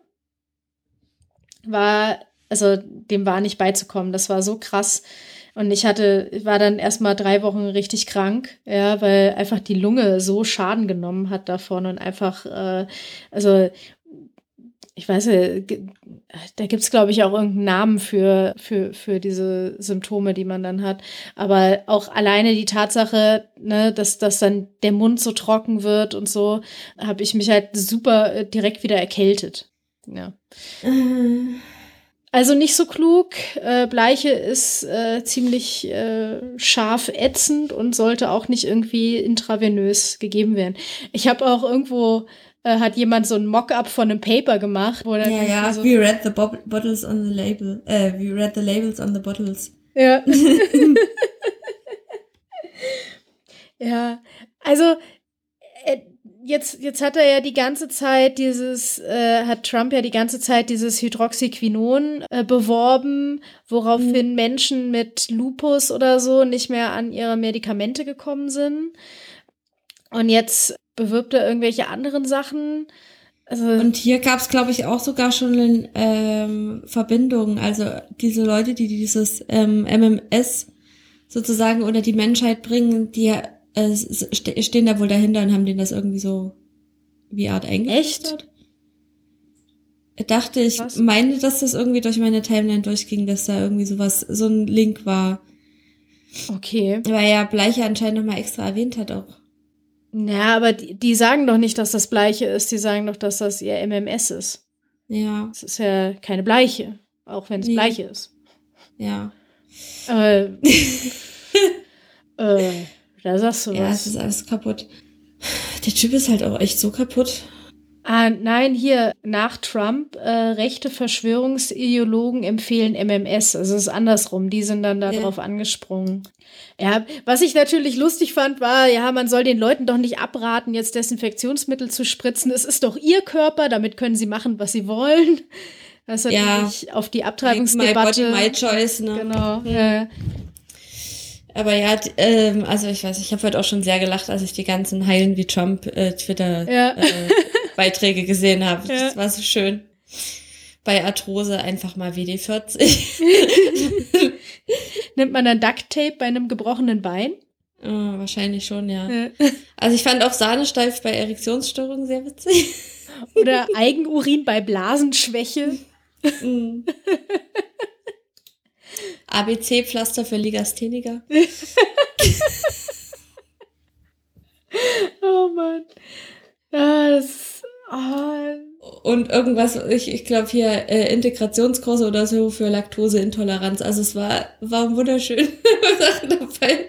dem war nicht beizukommen. Das war so krass. Und ich war dann erstmal 3 Wochen richtig krank, ja, weil einfach die Lunge so Schaden genommen hat davon und einfach, ich weiß nicht, da gibt's, glaube ich, auch irgendeinen Namen für diese Symptome, die man dann hat. Aber auch alleine die Tatsache, ne, dass dann der Mund so trocken wird und so, habe ich mich halt super direkt wieder erkältet. Ja. Also nicht so klug. Bleiche ist ziemlich scharf ätzend und sollte auch nicht irgendwie intravenös gegeben werden. Ich habe auch irgendwo, hat jemand so ein Mock-up von einem Paper gemacht. Wo Ja, so we read the bottles on the label. We read the labels on the bottles. Ja. Ja, also jetzt hat er ja die ganze Zeit hat Trump ja die ganze Zeit dieses Hydroxyquinon beworben, woraufhin Menschen mit Lupus oder so nicht mehr an ihre Medikamente gekommen sind. Und jetzt bewirbt er irgendwelche anderen Sachen. Also, und hier gab es, glaube ich, auch sogar schon Verbindungen. Also diese Leute, die dieses MMS sozusagen unter die Menschheit bringen, die stehen da wohl dahinter und haben denen das irgendwie so wie Art eingeflüstert. Dachte ich, meine, dass das irgendwie durch meine Timeline durchging, dass da irgendwie so ein Link war. Okay. Weil ja Bleiche anscheinend nochmal extra erwähnt hat auch. Ja, aber die sagen doch nicht, dass das Bleiche ist. Die sagen doch, dass das ihr MMS ist. Ja. Es ist ja keine Bleiche, auch wenn es Bleiche ist. Ja. Da sagst du was. Ja, es ist alles kaputt. Der Typ ist halt auch echt so kaputt. Nein, hier, nach Trump, rechte Verschwörungsideologen empfehlen MMS. Also es ist andersrum, die sind dann darauf angesprungen. Ja, was ich natürlich lustig fand, war, ja, man soll den Leuten doch nicht abraten, jetzt Desinfektionsmittel zu spritzen. Es ist doch ihr Körper, damit können sie machen, was sie wollen. Das hat natürlich auf die Abtreibungsdebatte. My body, my choice, ne? Genau, ja. Aber ja, also ich weiß, ich habe heute auch schon sehr gelacht, als ich die ganzen Heilen wie Trump Twitter-Beiträge gesehen habe. Ja. Das war so schön. Bei Arthrose einfach mal WD-40. Nimmt man dann Duct Tape bei einem gebrochenen Bein? Oh, wahrscheinlich schon, ja. Also ich fand auch Sahnesteif bei Erektionsstörungen sehr witzig. Oder Eigenurin bei Blasenschwäche. ABC-Pflaster für Legastheniker. Oh Mann. Ja, und irgendwas, ich glaube hier Integrationskurse oder so für Laktoseintoleranz. Also es war wunderschön. Sachen dabei.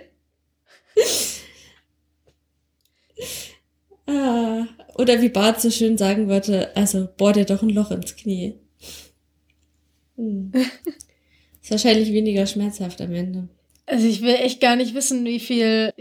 Oder wie Bart so schön sagen würde, also bohr dir doch ein Loch ins Knie. Ist wahrscheinlich weniger schmerzhaft am Ende. Also ich will echt gar nicht wissen, wie viel.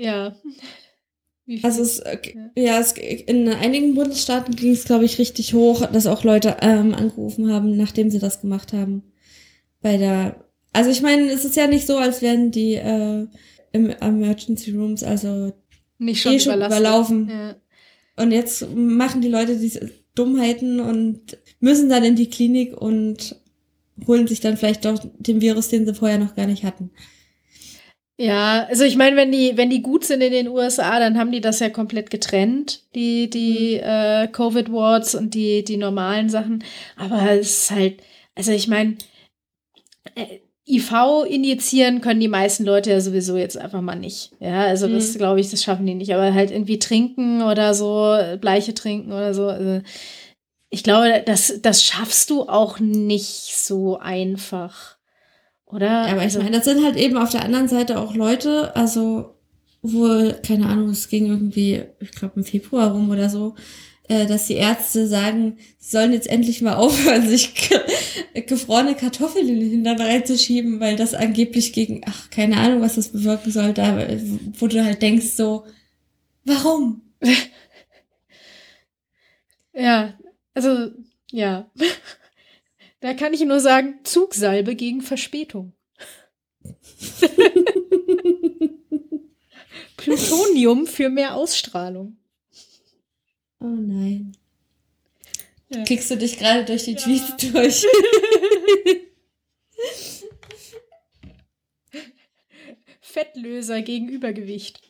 Also in einigen Bundesstaaten ging es, glaube ich, richtig hoch, dass auch Leute angerufen haben, nachdem sie das gemacht haben. Also ich meine, es ist ja nicht so, als wären die im Emergency Rooms also nicht schon überlaufen. Ja. Und jetzt machen die Leute diese Dummheiten und müssen dann in die Klinik und holen sich dann vielleicht doch den Virus, den sie vorher noch gar nicht hatten. Ja, also ich meine, wenn die gut sind in den USA, dann haben die das ja komplett getrennt, die Covid-Wards und die normalen Sachen. Aber es ist halt, also ich meine, IV injizieren können die meisten Leute ja sowieso jetzt einfach mal nicht. Ja, also das glaube ich, das schaffen die nicht. Aber halt irgendwie trinken oder so, Bleiche trinken oder so, also ich glaube, das schaffst du auch nicht so einfach, oder? Ja, aber ich meine, das sind halt eben auf der anderen Seite auch Leute, also wo, keine Ahnung, es ging irgendwie, ich glaube im Februar rum oder so, dass die Ärzte sagen, sie sollen jetzt endlich mal aufhören, sich gefrorene Kartoffeln in den Hintern reinzuschieben, weil das angeblich gegen, keine Ahnung, was das bewirken soll, da, wo du halt denkst so, warum? Ja. Also, ja. Da kann ich nur sagen, Zugsalbe gegen Verspätung. Plutonium für mehr Ausstrahlung. Oh nein. Ja. Klickst du dich gerade durch die Tweets durch? Fettlöser gegen Übergewicht.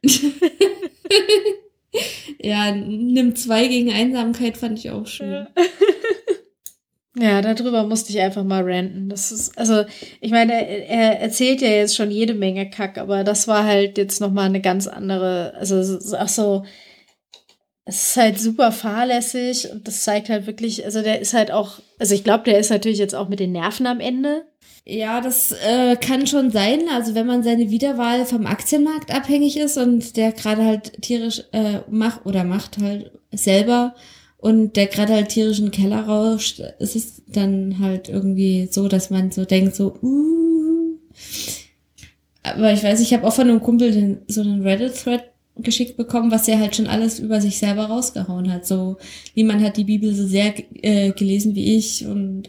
Ja, nimm 2 gegen Einsamkeit fand ich auch schön. Ja, darüber musste ich einfach mal ranten. Das ist, also, ich meine, er erzählt ja jetzt schon jede Menge Kack, aber das war halt jetzt nochmal eine ganz andere, also auch so, es ist halt super fahrlässig und das zeigt halt wirklich, also der ist halt auch, also ich glaube, der ist natürlich jetzt auch mit den Nerven am Ende. Ja, das kann schon sein. Also wenn man seine Wiederwahl vom Aktienmarkt abhängig ist und der gerade halt tierisch macht halt selber und der gerade halt tierischen Keller rauscht, ist es dann halt irgendwie so, dass man so denkt, so, Aber ich weiß, ich habe auch von einem Kumpel so einen Reddit-Thread geschickt bekommen, was er halt schon alles über sich selber rausgehauen hat. So, niemand hat die Bibel so sehr gelesen wie ich und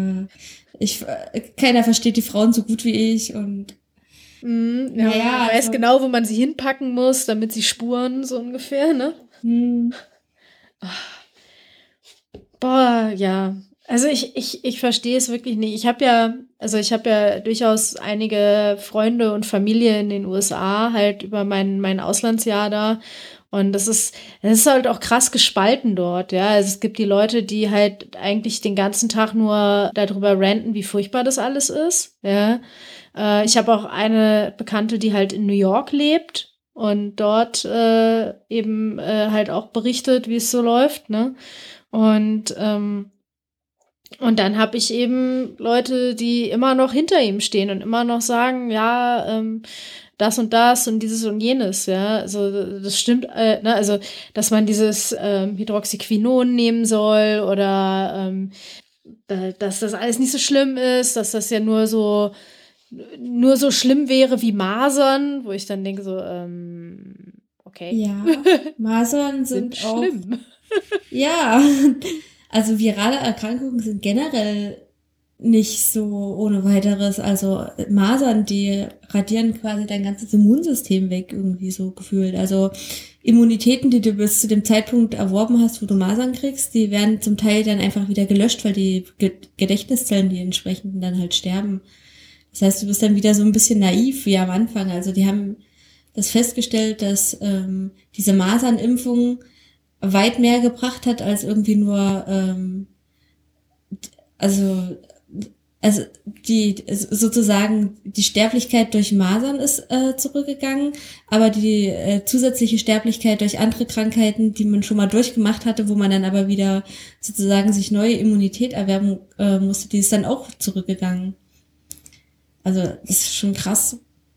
keiner versteht die Frauen so gut wie ich und man weiß genau, wo man sie hinpacken muss, damit sie spuren, so ungefähr, ne? Boah, ja. Also ich verstehe es wirklich nicht. Ich habe ja durchaus einige Freunde und Familie in den USA, halt über mein Auslandsjahr da. Und das ist halt auch krass gespalten dort, ja. Also es gibt die Leute, die halt eigentlich den ganzen Tag nur darüber ranten, wie furchtbar das alles ist, ja. Ich habe auch eine Bekannte, die halt in New York lebt und dort eben halt auch berichtet, wie es so läuft, ne. Und dann habe ich eben Leute, die immer noch hinter ihm stehen und immer noch sagen, ja, das und dieses und jenes, ja, also das stimmt, ne, also dass man dieses Hydroxyquinon nehmen soll oder dass das alles nicht so schlimm ist, dass das ja nur so schlimm wäre wie Masern, wo ich dann denke so, okay. Ja, Masern sind auch schlimm. Ja, also virale Erkrankungen sind generell nicht so ohne weiteres. Also Masern, die radieren quasi dein ganzes Immunsystem weg, irgendwie so gefühlt. Also Immunitäten, die du bis zu dem Zeitpunkt erworben hast, wo du Masern kriegst, die werden zum Teil dann einfach wieder gelöscht, weil die Gedächtniszellen, die entsprechenden, dann halt sterben. Das heißt, du bist dann wieder so ein bisschen naiv wie am Anfang. Also die haben das festgestellt, dass diese Masernimpfung weit mehr gebracht hat als irgendwie nur die sozusagen die Sterblichkeit durch Masern ist zurückgegangen, aber die zusätzliche Sterblichkeit durch andere Krankheiten, die man schon mal durchgemacht hatte, wo man dann aber wieder sozusagen sich neue Immunität erwerben musste, die ist dann auch zurückgegangen. Also das ist schon krass.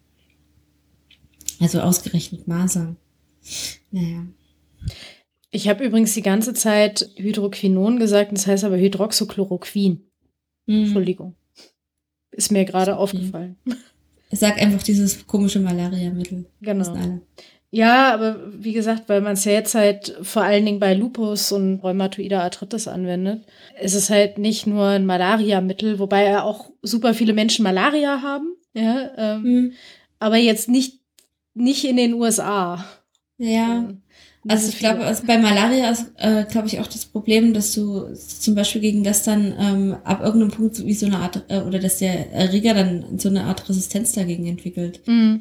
Also ausgerechnet Masern. Naja. Ich habe übrigens die ganze Zeit Hydroquinon gesagt, das heißt aber Hydroxychloroquin. Entschuldigung. Ist mir gerade aufgefallen. Ich sag einfach dieses komische Malaria-Mittel. Genau. Ja, aber wie gesagt, weil man es ja jetzt halt vor allen Dingen bei Lupus und rheumatoider Arthritis anwendet, ist es halt nicht nur ein Malaria-Mittel, wobei ja auch super viele Menschen Malaria haben, ja, aber jetzt nicht in den USA. Ja. Also ich glaube, bei Malaria ist, glaube ich, auch das Problem, dass du zum Beispiel gegen das dann ab irgendeinem Punkt wie so eine Art, oder dass der Erreger dann so eine Art Resistenz dagegen entwickelt. Mhm.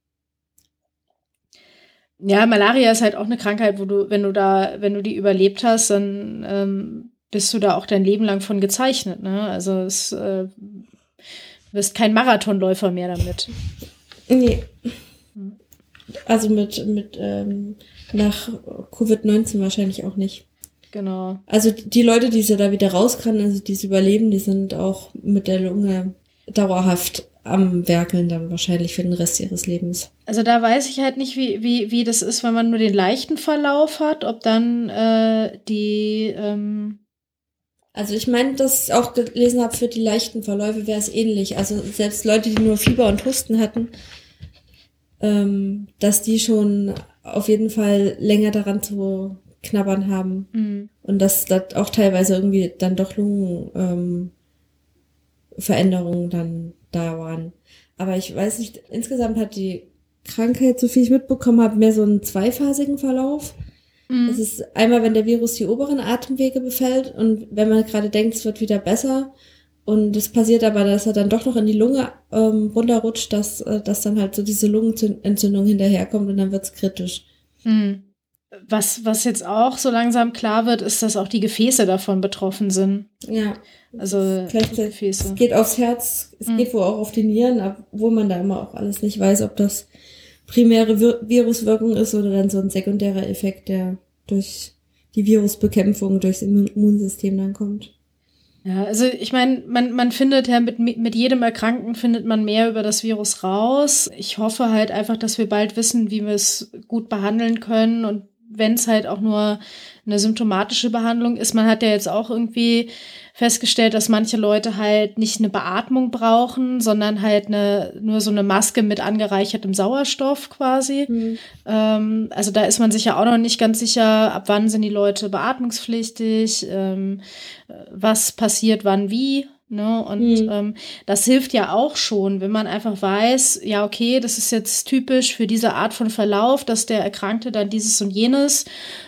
Ja, Malaria ist halt auch eine Krankheit, wo du, wenn du die überlebt hast, dann bist du da auch dein Leben lang von gezeichnet, ne? Also du bist kein Marathonläufer mehr damit. Nee. Also nach Covid-19 wahrscheinlich auch nicht. Genau. Also die Leute, die so da wieder raus können, also die überleben, die sind auch mit der Lunge dauerhaft am Werkeln dann wahrscheinlich für den Rest ihres Lebens. Also da weiß ich halt nicht, wie das ist, wenn man nur den leichten Verlauf hat, ob dann Also ich meine, dass ich auch gelesen habe, für die leichten Verläufe wäre es ähnlich. Also selbst Leute, die nur Fieber und Husten hatten, dass die schon auf jeden Fall länger daran zu knabbern haben. Mhm. Und dass das auch teilweise irgendwie dann doch Lungenveränderungen dann da waren. Aber ich weiß nicht, insgesamt hat die Krankheit, so viel ich mitbekommen habe, mehr so einen zweiphasigen Verlauf. Mhm. Das ist einmal, wenn der Virus die oberen Atemwege befällt und wenn man gerade denkt, es wird wieder besser. Und es passiert aber, dass er dann doch noch in die Lunge runterrutscht, dass dann halt so diese Lungenentzündung hinterherkommt und dann wird's kritisch. Mhm. Was jetzt auch so langsam klar wird, ist, dass auch die Gefäße davon betroffen sind. Ja. Also die Gefäße. Es geht aufs Herz, es geht wohl auch auf die Nieren, obwohl man da immer auch alles nicht weiß, ob das primäre Viruswirkung ist oder dann so ein sekundärer Effekt der durch die Virusbekämpfung, durchs Immunsystem dann kommt. Ja, also ich meine, man findet ja mit jedem Erkrankten findet man mehr über das Virus raus. Ich hoffe halt einfach, dass wir bald wissen, wie wir es gut behandeln können und wenn es halt auch nur eine symptomatische Behandlung ist. Man hat ja jetzt auch irgendwie festgestellt, dass manche Leute halt nicht eine Beatmung brauchen, sondern halt nur so eine Maske mit angereichertem Sauerstoff quasi. Also da ist man sich ja auch noch nicht ganz sicher, ab wann sind die Leute beatmungspflichtig, was passiert wann wie. Ne? Und das hilft ja auch schon, wenn man einfach weiß, ja, okay, das ist jetzt typisch für diese Art von Verlauf, dass der Erkrankte dann dieses und jenes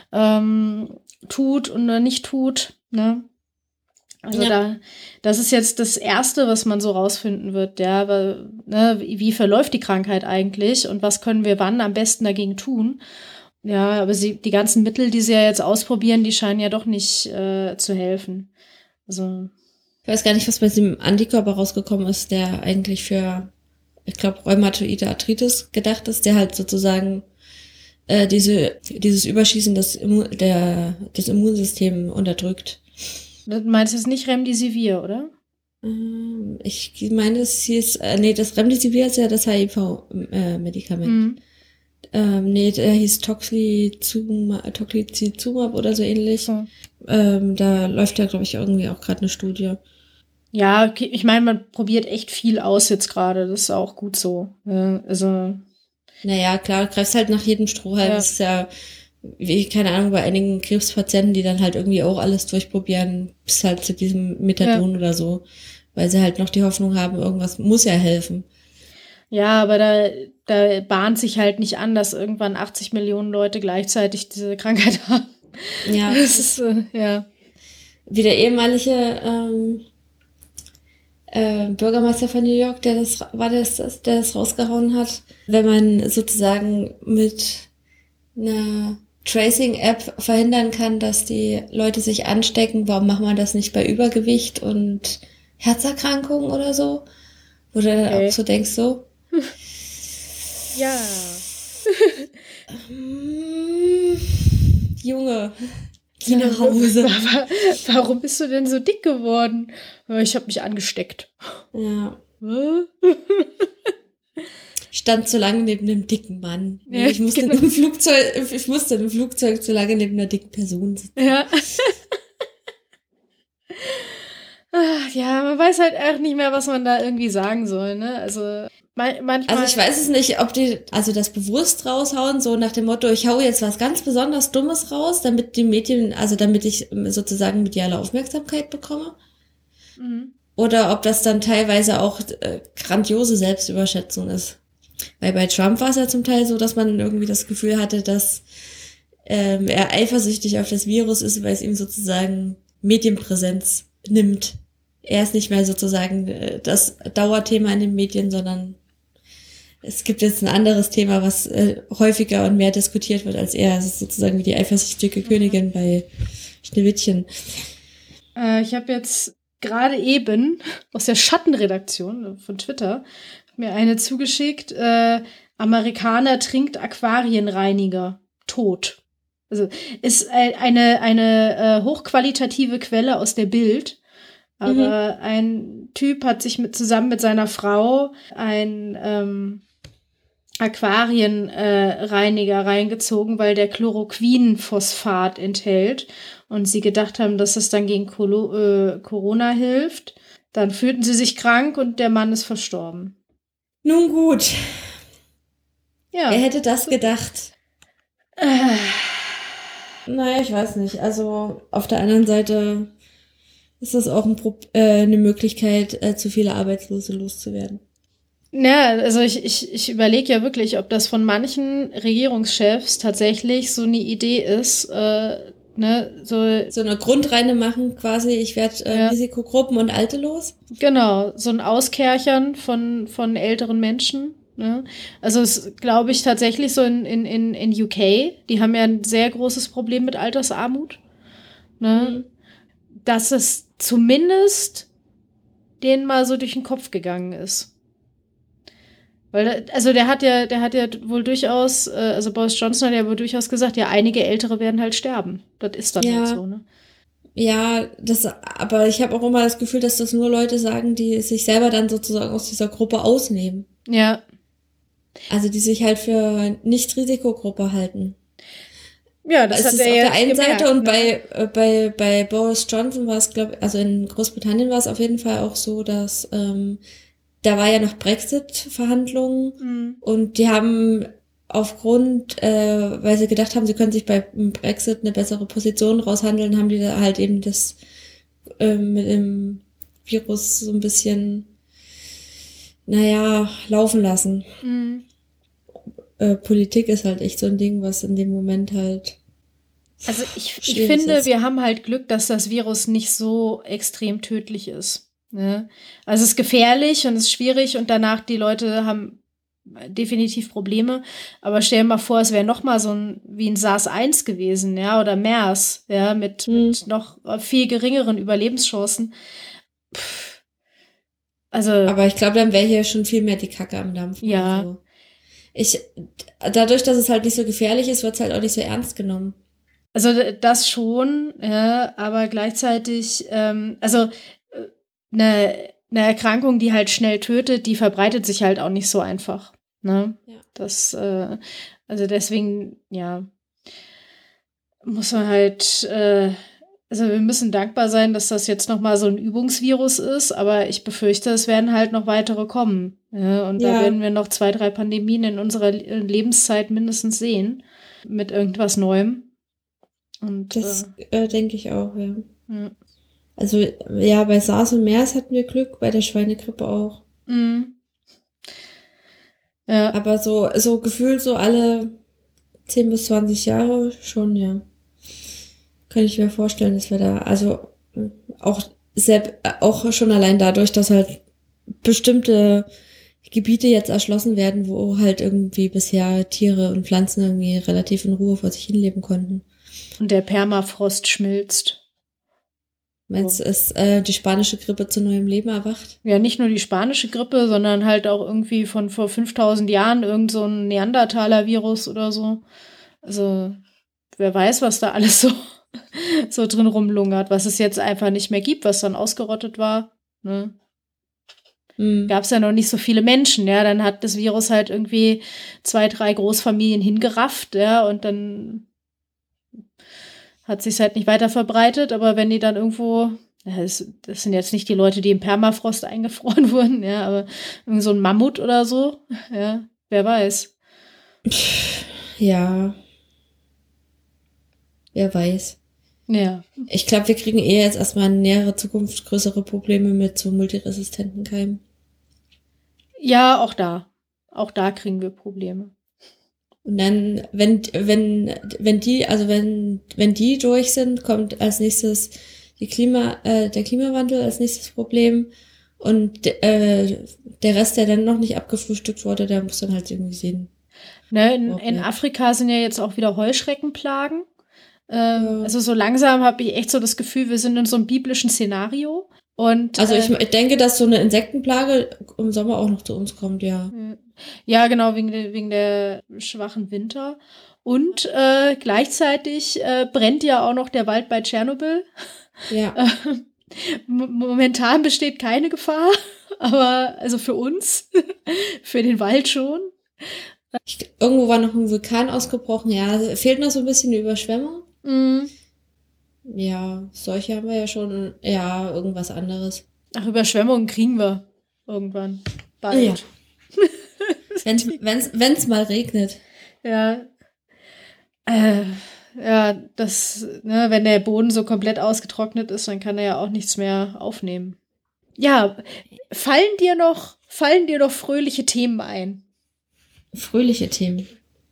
tut oder nicht tut. Ne? Also das ist jetzt das Erste, was man so rausfinden wird, ja, weil, ne, wie verläuft die Krankheit eigentlich und was können wir wann am besten dagegen tun? Ja, aber die ganzen Mittel, die sie ja jetzt ausprobieren, die scheinen ja doch nicht zu helfen. Also ich weiß gar nicht, was bei diesem Antikörper rausgekommen ist, der eigentlich für, ich glaube, rheumatoide Arthritis gedacht ist, der halt sozusagen dieses Überschießen des Immunsystems unterdrückt. Du meinst jetzt nicht Remdesivir, oder? Ich meine, das hieß, das Remdesivir ist ja das HIV-Medikament. Der hieß Tocilizumab oder so ähnlich. Da läuft ja, glaube ich, irgendwie auch gerade eine Studie. Ja, okay. Ich meine, man probiert echt viel aus jetzt gerade. Das ist auch gut so. Also. Naja, klar, greifst halt nach jedem Strohhalm. Das ist ja, wie, keine Ahnung, bei einigen Krebspatienten, die dann halt irgendwie auch alles durchprobieren, bis halt zu diesem Methadon oder so. Weil sie halt noch die Hoffnung haben, irgendwas muss ja helfen. Ja, aber da bahnt sich halt nicht an, dass irgendwann 80 Millionen Leute gleichzeitig diese Krankheit haben. Ja. Das ist, ja. Wie der ehemalige Bürgermeister von New York, der das rausgehauen hat. Wenn man sozusagen mit einer Tracing-App verhindern kann, dass die Leute sich anstecken, warum macht man das nicht bei Übergewicht und Herzerkrankungen oder so? Wo du dann auch so denkst, so. Ja. Junge, geh nach Hause. Warum bist du denn so dick geworden? Ich habe mich angesteckt. Ja. Ich stand zu lange neben einem dicken Mann. Ja, ich musste im Flugzeug zu lange neben einer dicken Person sitzen. Ja. Ja, man weiß halt auch nicht mehr, was man da irgendwie sagen soll, ne? Also manchmal. Also ich weiß es nicht, ob die das bewusst raushauen, so nach dem Motto, ich hau jetzt was ganz besonders Dummes raus, damit die Medien, damit ich sozusagen mediale Aufmerksamkeit bekomme. Oder ob das dann teilweise auch grandiose Selbstüberschätzung ist. Weil bei Trump war es ja zum Teil so, dass man irgendwie das Gefühl hatte, dass er eifersüchtig auf das Virus ist, weil es ihm sozusagen Medienpräsenz nimmt. Er ist nicht mehr sozusagen das Dauerthema in den Medien, sondern es gibt jetzt ein anderes Thema, was häufiger und mehr diskutiert wird als er. Es ist sozusagen wie die eifersüchtige Königin bei Schneewittchen. Ich habe jetzt gerade eben aus der Schattenredaktion von Twitter mir eine zugeschickt. Amerikaner trinkt Aquarienreiniger. Tot. Also ist eine hochqualitative Quelle aus der Bild. Aber ein Typ hat sich zusammen mit seiner Frau ein Aquarienreiniger reingezogen, weil der Chloroquinphosphat enthält und sie gedacht haben, dass es dann gegen Corona hilft. Dann fühlten sie sich krank und der Mann ist verstorben. Nun gut. Ja. Wer hätte das gedacht? Naja, ich weiß nicht. Also auf der anderen Seite ist das auch eine Möglichkeit, zu viele Arbeitslose loszuwerden. Ja, also ich überlege ja wirklich, ob das von manchen Regierungschefs tatsächlich so eine Idee ist, so eine Grundreine machen quasi, ich werde Risikogruppen und Alte los. Genau, so ein Auskerchern von älteren Menschen. Ne? Also es glaube ich tatsächlich so in UK, die haben ja ein sehr großes Problem mit Altersarmut. Ne? Dass es zumindest denen mal so durch den Kopf gegangen ist. Weil, also der hat ja wohl durchaus, also Boris Johnson hat ja wohl durchaus gesagt, ja, einige Ältere werden halt sterben. Das ist dann halt so, ne? Ja, aber ich habe auch immer das Gefühl, dass das nur Leute sagen, die sich selber dann sozusagen aus dieser Gruppe ausnehmen. Ja. Also die sich halt für Nicht-Risikogruppe halten. Ja, das hat er ja auf der einen gemerkt, Seite und ne? bei Boris Johnson war es, glaube ich, also in Großbritannien war es auf jeden Fall auch so, dass da war ja noch Brexit-Verhandlungen und die haben aufgrund, weil sie gedacht haben, sie können sich bei Brexit eine bessere Position raushandeln, haben die da halt eben das mit dem Virus so ein bisschen, laufen lassen. Politik ist halt echt so ein Ding, was in dem Moment halt. Also ich finde, wir haben halt Glück, dass das Virus nicht so extrem tödlich ist. Ne? Also es ist gefährlich und es ist schwierig und danach die Leute haben definitiv Probleme. Aber stell dir mal vor, es wäre noch mal so wie ein SARS-1 gewesen, ja, oder MERS, ja, mit noch viel geringeren Überlebenschancen. Also. Aber ich glaube, dann wäre hier schon viel mehr die Kacke am Dampf. Ja. Also. Dadurch, dass es halt nicht so gefährlich ist, wird es halt auch nicht so ernst genommen. Also das schon, ja, aber gleichzeitig, also eine Erkrankung, die halt schnell tötet, die verbreitet sich halt auch nicht so einfach. Ne? Ja. Das, also deswegen, ja, muss man halt, also wir müssen dankbar sein, dass das jetzt noch mal so ein Übungsvirus ist, aber ich befürchte, es werden halt noch weitere kommen. Ja, und da werden wir noch 2, 3 Pandemien in unserer Lebenszeit mindestens sehen mit irgendwas Neuem. Und, das denke ich auch, ja. Also ja, bei SARS und MERS hatten wir Glück, bei der Schweinegrippe auch. Ja. Aber so gefühlt so alle 10 bis 20 Jahre schon, ja. Kann ich mir vorstellen, dass wir da, also auch schon allein dadurch, dass halt bestimmte Gebiete jetzt erschlossen werden, wo halt irgendwie bisher Tiere und Pflanzen irgendwie relativ in Ruhe vor sich hinleben konnten. Und der Permafrost schmilzt. Meinst du, ist die spanische Grippe zu neuem Leben erwacht? Ja, nicht nur die spanische Grippe, sondern halt auch irgendwie von vor 5000 Jahren irgend so ein Neandertaler-Virus oder so. Also, wer weiß, was da alles so drin rumlungert, was es jetzt einfach nicht mehr gibt, was dann ausgerottet war. Ne? Gab es ja noch nicht so viele Menschen, ja, dann hat das Virus halt irgendwie 2, 3 Großfamilien hingerafft, ja, und dann hat sich's halt nicht weiter verbreitet, aber wenn die dann irgendwo, ja, das sind jetzt nicht die Leute, die im Permafrost eingefroren wurden, ja, aber irgend so ein Mammut oder so, ja, wer weiß. Ja. Wer weiß. Ja. Ich glaube, wir kriegen jetzt erstmal in näherer Zukunft größere Probleme mit so multiresistenten Keimen. Ja, auch da kriegen wir Probleme. Und dann, wenn die durch sind, kommt als nächstes der Klimawandel als nächstes Problem. Und der Rest, der dann noch nicht abgefrühstückt wurde, der muss dann halt irgendwie sehen. Ne, in Afrika sind ja jetzt auch wieder Heuschreckenplagen. Also so langsam habe ich echt so das Gefühl, wir sind in so einem biblischen Szenario. Und, also ich denke, dass so eine Insektenplage im Sommer auch noch zu uns kommt, ja. Ja, genau, wegen der schwachen Winter. Und gleichzeitig brennt ja auch noch der Wald bei Tschernobyl. Ja. Momentan besteht keine Gefahr, aber also für uns, für den Wald schon. Irgendwo war noch ein Vulkan ausgebrochen, ja. Fehlt noch so ein bisschen die Überschwemmung. Ja, solche haben wir ja schon. Ja, irgendwas anderes. Ach, Überschwemmungen kriegen wir irgendwann. Bald. Ja. Wenn's mal regnet. Ja. Ja, wenn der Boden so komplett ausgetrocknet ist, dann kann er ja auch nichts mehr aufnehmen. Ja, fallen dir noch fröhliche Themen ein? Fröhliche Themen.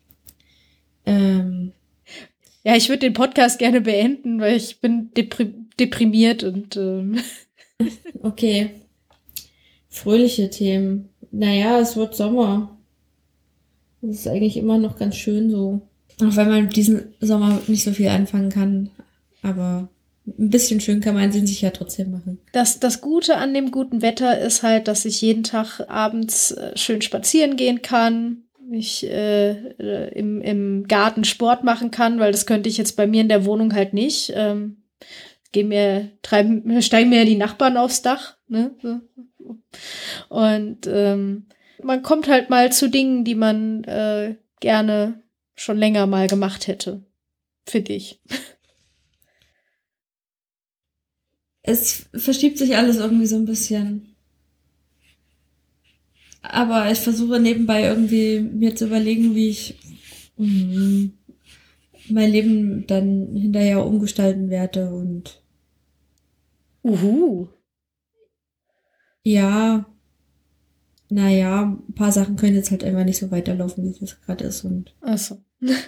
Ja, ich würde den Podcast gerne beenden, weil ich bin deprimiert und Okay. Fröhliche Themen. Naja, es wird Sommer. Das ist eigentlich immer noch ganz schön so. Auch wenn man mit diesem Sommer nicht so viel anfangen kann. Aber ein bisschen schön kann man den sich ja trotzdem machen. Das Gute an dem guten Wetter ist halt, dass ich jeden Tag abends schön spazieren gehen kann. Ich im Garten Sport machen kann, weil das könnte ich jetzt bei mir in der Wohnung halt nicht. Steigen mir ja die Nachbarn aufs Dach. Ne? Und man kommt halt mal zu Dingen, die man gerne schon länger mal gemacht hätte. Finde ich. Es verschiebt sich alles irgendwie so ein bisschen. Aber ich versuche nebenbei irgendwie mir zu überlegen, wie ich mein Leben dann hinterher umgestalten werde. Und ja, naja, ein paar Sachen können jetzt halt einfach nicht so weiterlaufen, wie es jetzt gerade ist. Und Ach so.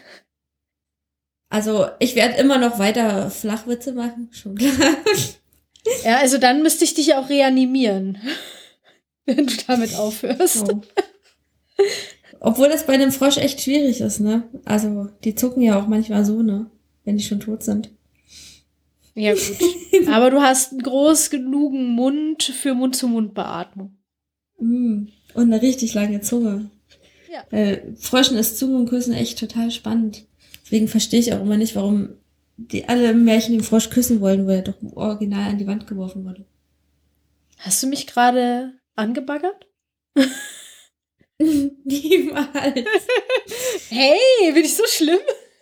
also ich werde immer noch weiter Flachwitze machen, schon klar. Ja, also dann müsste ich dich auch reanimieren, wenn du damit aufhörst. So. Obwohl das bei einem Frosch echt schwierig ist, ne? Also die zucken ja auch manchmal so, ne? Wenn die schon tot sind. Ja, gut. Aber du hast einen groß genugen Mund für Mund-zu-Mund-Beatmung. Und eine richtig lange Zunge. Ja. Fröschen ist Zungenküssen echt total spannend. Deswegen verstehe ich auch immer nicht, warum die alle im Märchen den Frosch küssen wollen, wo er doch im Original an die Wand geworfen wurde. Hast du mich gerade angebaggert? Niemals. Hey, bin ich so schlimm?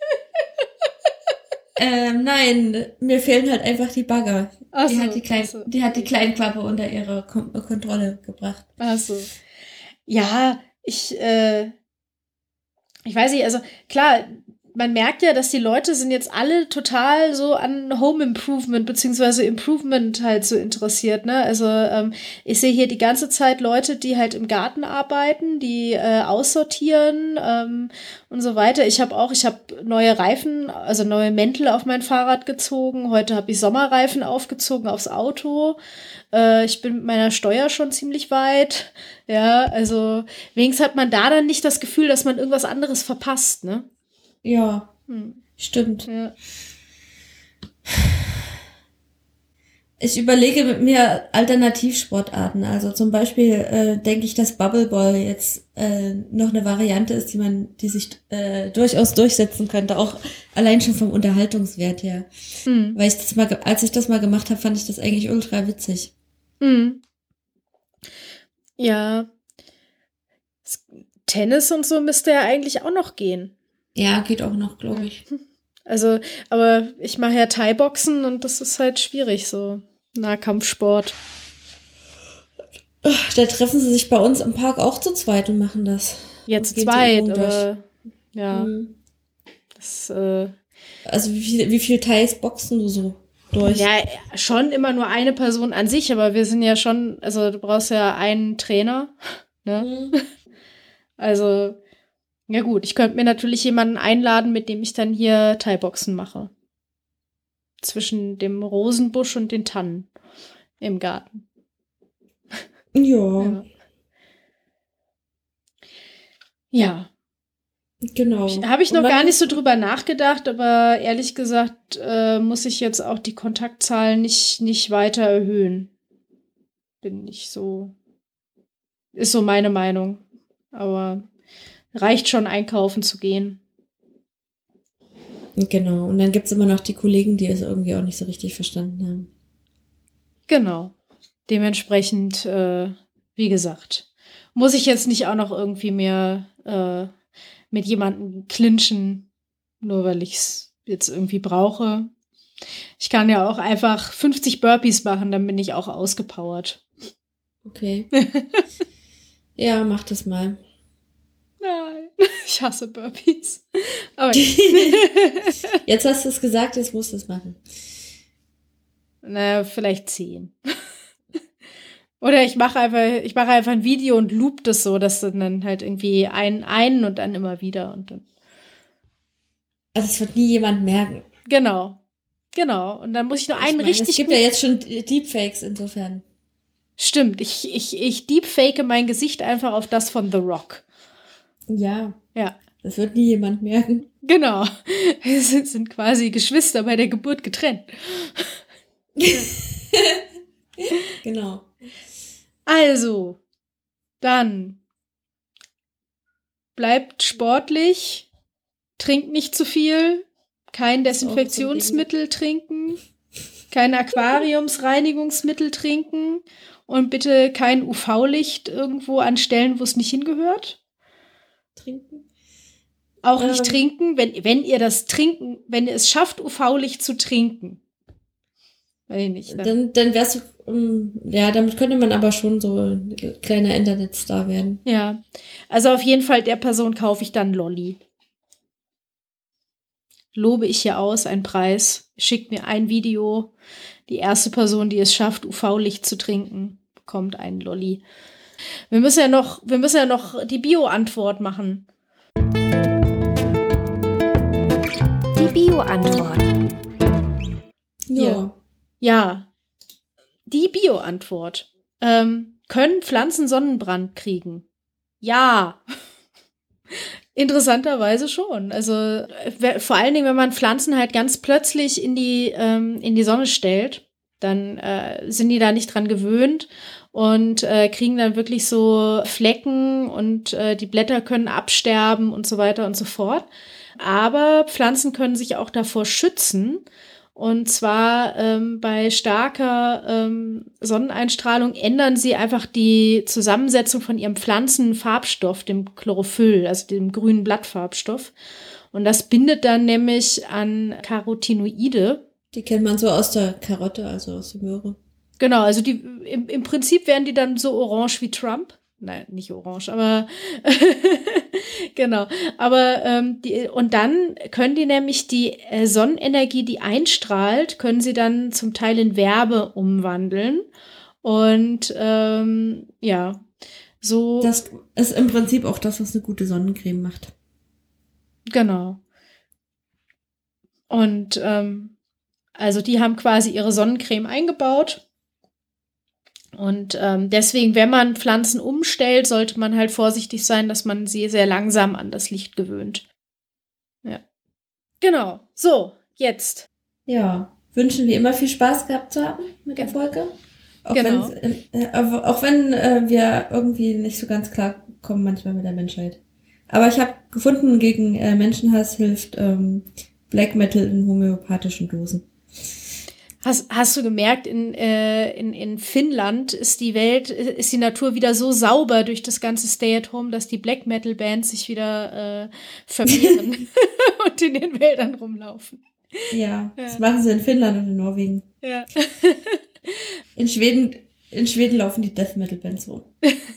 Nein, mir fehlen halt einfach die Bagger. Ach Die so, hat die Kleinklappe unter ihre Kontrolle gebracht. Ach so. Ja, ich weiß nicht, also klar, man merkt ja, dass die Leute sind jetzt alle total so an Home Improvement beziehungsweise Improvement halt so interessiert, ne? Also ich sehe hier die ganze Zeit Leute, die halt im Garten arbeiten, die aussortieren und so weiter. Ich habe neue Reifen, also neue Mäntel auf mein Fahrrad gezogen. Heute habe ich Sommerreifen aufgezogen aufs Auto. Ich bin mit meiner Steuer schon ziemlich weit. Ja, also wenigstens hat man da dann nicht das Gefühl, dass man irgendwas anderes verpasst, ne? Ja, stimmt. Ja. Ich überlege mit mir Alternativsportarten. Also zum Beispiel denke ich, dass Bubbleball jetzt noch eine Variante ist, die sich durchaus durchsetzen könnte, auch allein schon vom Unterhaltungswert her. Weil als ich das mal gemacht habe, fand ich das eigentlich ultra witzig. Ja. Tennis und so müsste ja eigentlich auch noch gehen. Ja, geht auch noch, glaube ich. Also, aber ich mache ja Thai-Boxen und das ist halt schwierig, so Nahkampfsport. Da treffen sie sich bei uns im Park auch zu zweit und machen das. Jetzt zweit, aber ja. Das, also wie viel Thais boxen du so durch? Ja, schon immer nur eine Person an sich, aber wir sind ja schon, also du brauchst ja einen Trainer, ne? Also ja gut, ich könnte mir natürlich jemanden einladen, mit dem ich dann hier Thai-Boxen mache. Zwischen dem Rosenbusch und den Tannen im Garten. Ja. Ja. Genau. Habe ich noch gar nicht so drüber nachgedacht, aber ehrlich gesagt muss ich jetzt auch die Kontaktzahlen nicht weiter erhöhen. Ist so meine Meinung. Aber reicht schon, einkaufen zu gehen. Genau. Und dann gibt es immer noch die Kollegen, die es irgendwie auch nicht so richtig verstanden haben. Genau. Dementsprechend, wie gesagt, muss ich jetzt nicht auch noch irgendwie mehr mit jemandem clinchen, nur weil ich es jetzt irgendwie brauche. Ich kann ja auch einfach 50 Burpees machen, dann bin ich auch ausgepowert. Okay. Ja, mach das mal. Nein, ich hasse Burpees. Aber jetzt hast du es gesagt, jetzt musst du es machen. Na, vielleicht 10. Oder ich mache einfach ein Video und loop das so, dass dann halt irgendwie einen und dann immer wieder und dann. Also es wird nie jemand merken. Genau. Und dann muss ich nur einen richtig. Es gibt ja jetzt schon Deepfakes insofern. Stimmt, ich deepfake mein Gesicht einfach auf das von The Rock. Ja. Ja. Das wird nie jemand merken. Genau. Wir sind quasi Geschwister bei der Geburt getrennt. Genau. Also, dann bleibt sportlich, trinkt nicht zu viel, kein Desinfektionsmittel trinken, kein Aquariumsreinigungsmittel trinken und bitte kein UV-Licht irgendwo an Stellen, wo es nicht hingehört. Trinken. Auch nicht trinken, wenn ihr es schafft, UV-Licht zu trinken. Weiß ich nicht. Dann wär's, damit könnte man aber schon so ein kleiner Internetstar werden. Ja, also auf jeden Fall der Person kaufe ich dann Lolli. Lobe ich hier aus, einen Preis, schickt mir ein Video. Die erste Person, die es schafft, UV-Licht zu trinken, bekommt einen Lolli. Wir müssen ja noch die Bio-Antwort machen. Die Bio-Antwort. Ja. Ja, die Bio-Antwort. Können Pflanzen Sonnenbrand kriegen? Ja. Interessanterweise schon. Also vor allen Dingen, wenn man Pflanzen halt ganz plötzlich in die Sonne stellt, dann sind die da nicht dran gewöhnt und kriegen dann wirklich so Flecken und die Blätter können absterben und so weiter und so fort. Aber Pflanzen können sich auch davor schützen. Und zwar bei starker Sonneneinstrahlung ändern sie einfach die Zusammensetzung von ihrem Pflanzenfarbstoff, dem Chlorophyll, also dem grünen Blattfarbstoff. Und das bindet dann nämlich an Carotinoide. Die kennt man so aus der Karotte, also aus der Möhre. Genau, also die im Prinzip werden die dann so orange wie Trump. Nein, nicht orange, aber genau. Aber und dann können die nämlich die Sonnenenergie, die einstrahlt, können sie dann zum Teil in Wärme umwandeln. Und ja, so. Das ist im Prinzip auch das, was eine gute Sonnencreme macht. Genau. Und also die haben quasi ihre Sonnencreme eingebaut. Und deswegen, wenn man Pflanzen umstellt, sollte man halt vorsichtig sein, dass man sie sehr langsam an das Licht gewöhnt. Ja. Genau. So, jetzt. Ja, wünschen wir immer viel Spaß gehabt zu haben mit der Folge. Auch genau. wenn wir irgendwie nicht so ganz klar kommen manchmal mit der Menschheit. Aber ich habe gefunden, gegen Menschenhass hilft Black Metal in homöopathischen Dosen. Hast du gemerkt, in Finnland ist die Natur wieder so sauber durch das ganze Stay-at-Home, dass die Black-Metal-Bands sich wieder vermehren und in den Wäldern rumlaufen. Ja, das machen sie in Finnland und in Norwegen. Ja. In Schweden laufen die Death-Metal-Bands rum.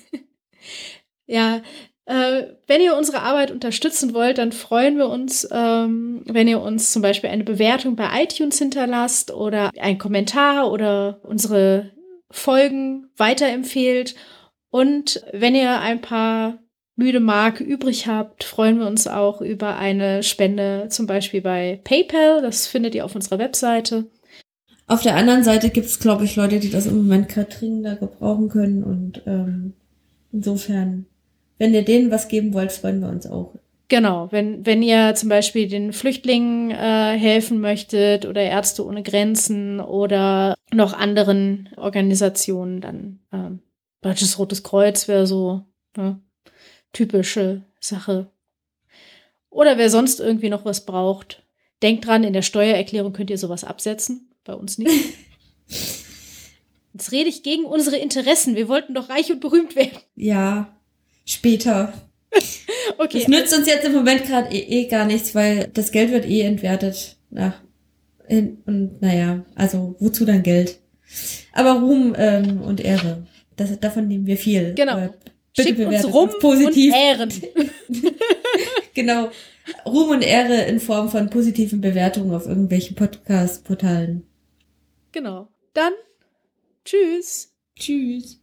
Ja, wenn ihr unsere Arbeit unterstützen wollt, dann freuen wir uns, wenn ihr uns zum Beispiel eine Bewertung bei iTunes hinterlasst oder einen Kommentar oder unsere Folgen weiterempfehlt. Und wenn ihr ein paar müde Mark übrig habt, freuen wir uns auch über eine Spende, zum Beispiel bei PayPal. Das findet ihr auf unserer Webseite. Auf der anderen Seite gibt es, glaube ich, Leute, die das im Moment gerade dringender gebrauchen können. Und insofern, wenn ihr denen was geben wollt, freuen wir uns auch. Genau, wenn ihr zum Beispiel den Flüchtlingen helfen möchtet oder Ärzte ohne Grenzen oder noch anderen Organisationen, dann Deutsches Rotes Kreuz wäre so eine typische Sache. Oder wer sonst irgendwie noch was braucht. Denkt dran, in der Steuererklärung könnt ihr sowas absetzen, bei uns nicht. Jetzt rede ich gegen unsere Interessen. Wir wollten doch reich und berühmt werden. Ja, später. Okay. Das nützt uns jetzt im Moment gerade gar nichts, weil das Geld wird entwertet. Und naja, also wozu dann Geld? Aber Ruhm und Ehre, davon nehmen wir viel. Genau. Bitte Schickt bewertet uns Ruhm positiv. und Ehren. Genau. Ruhm und Ehre in Form von positiven Bewertungen auf irgendwelchen Podcast-Portalen. Genau. Dann tschüss. Tschüss.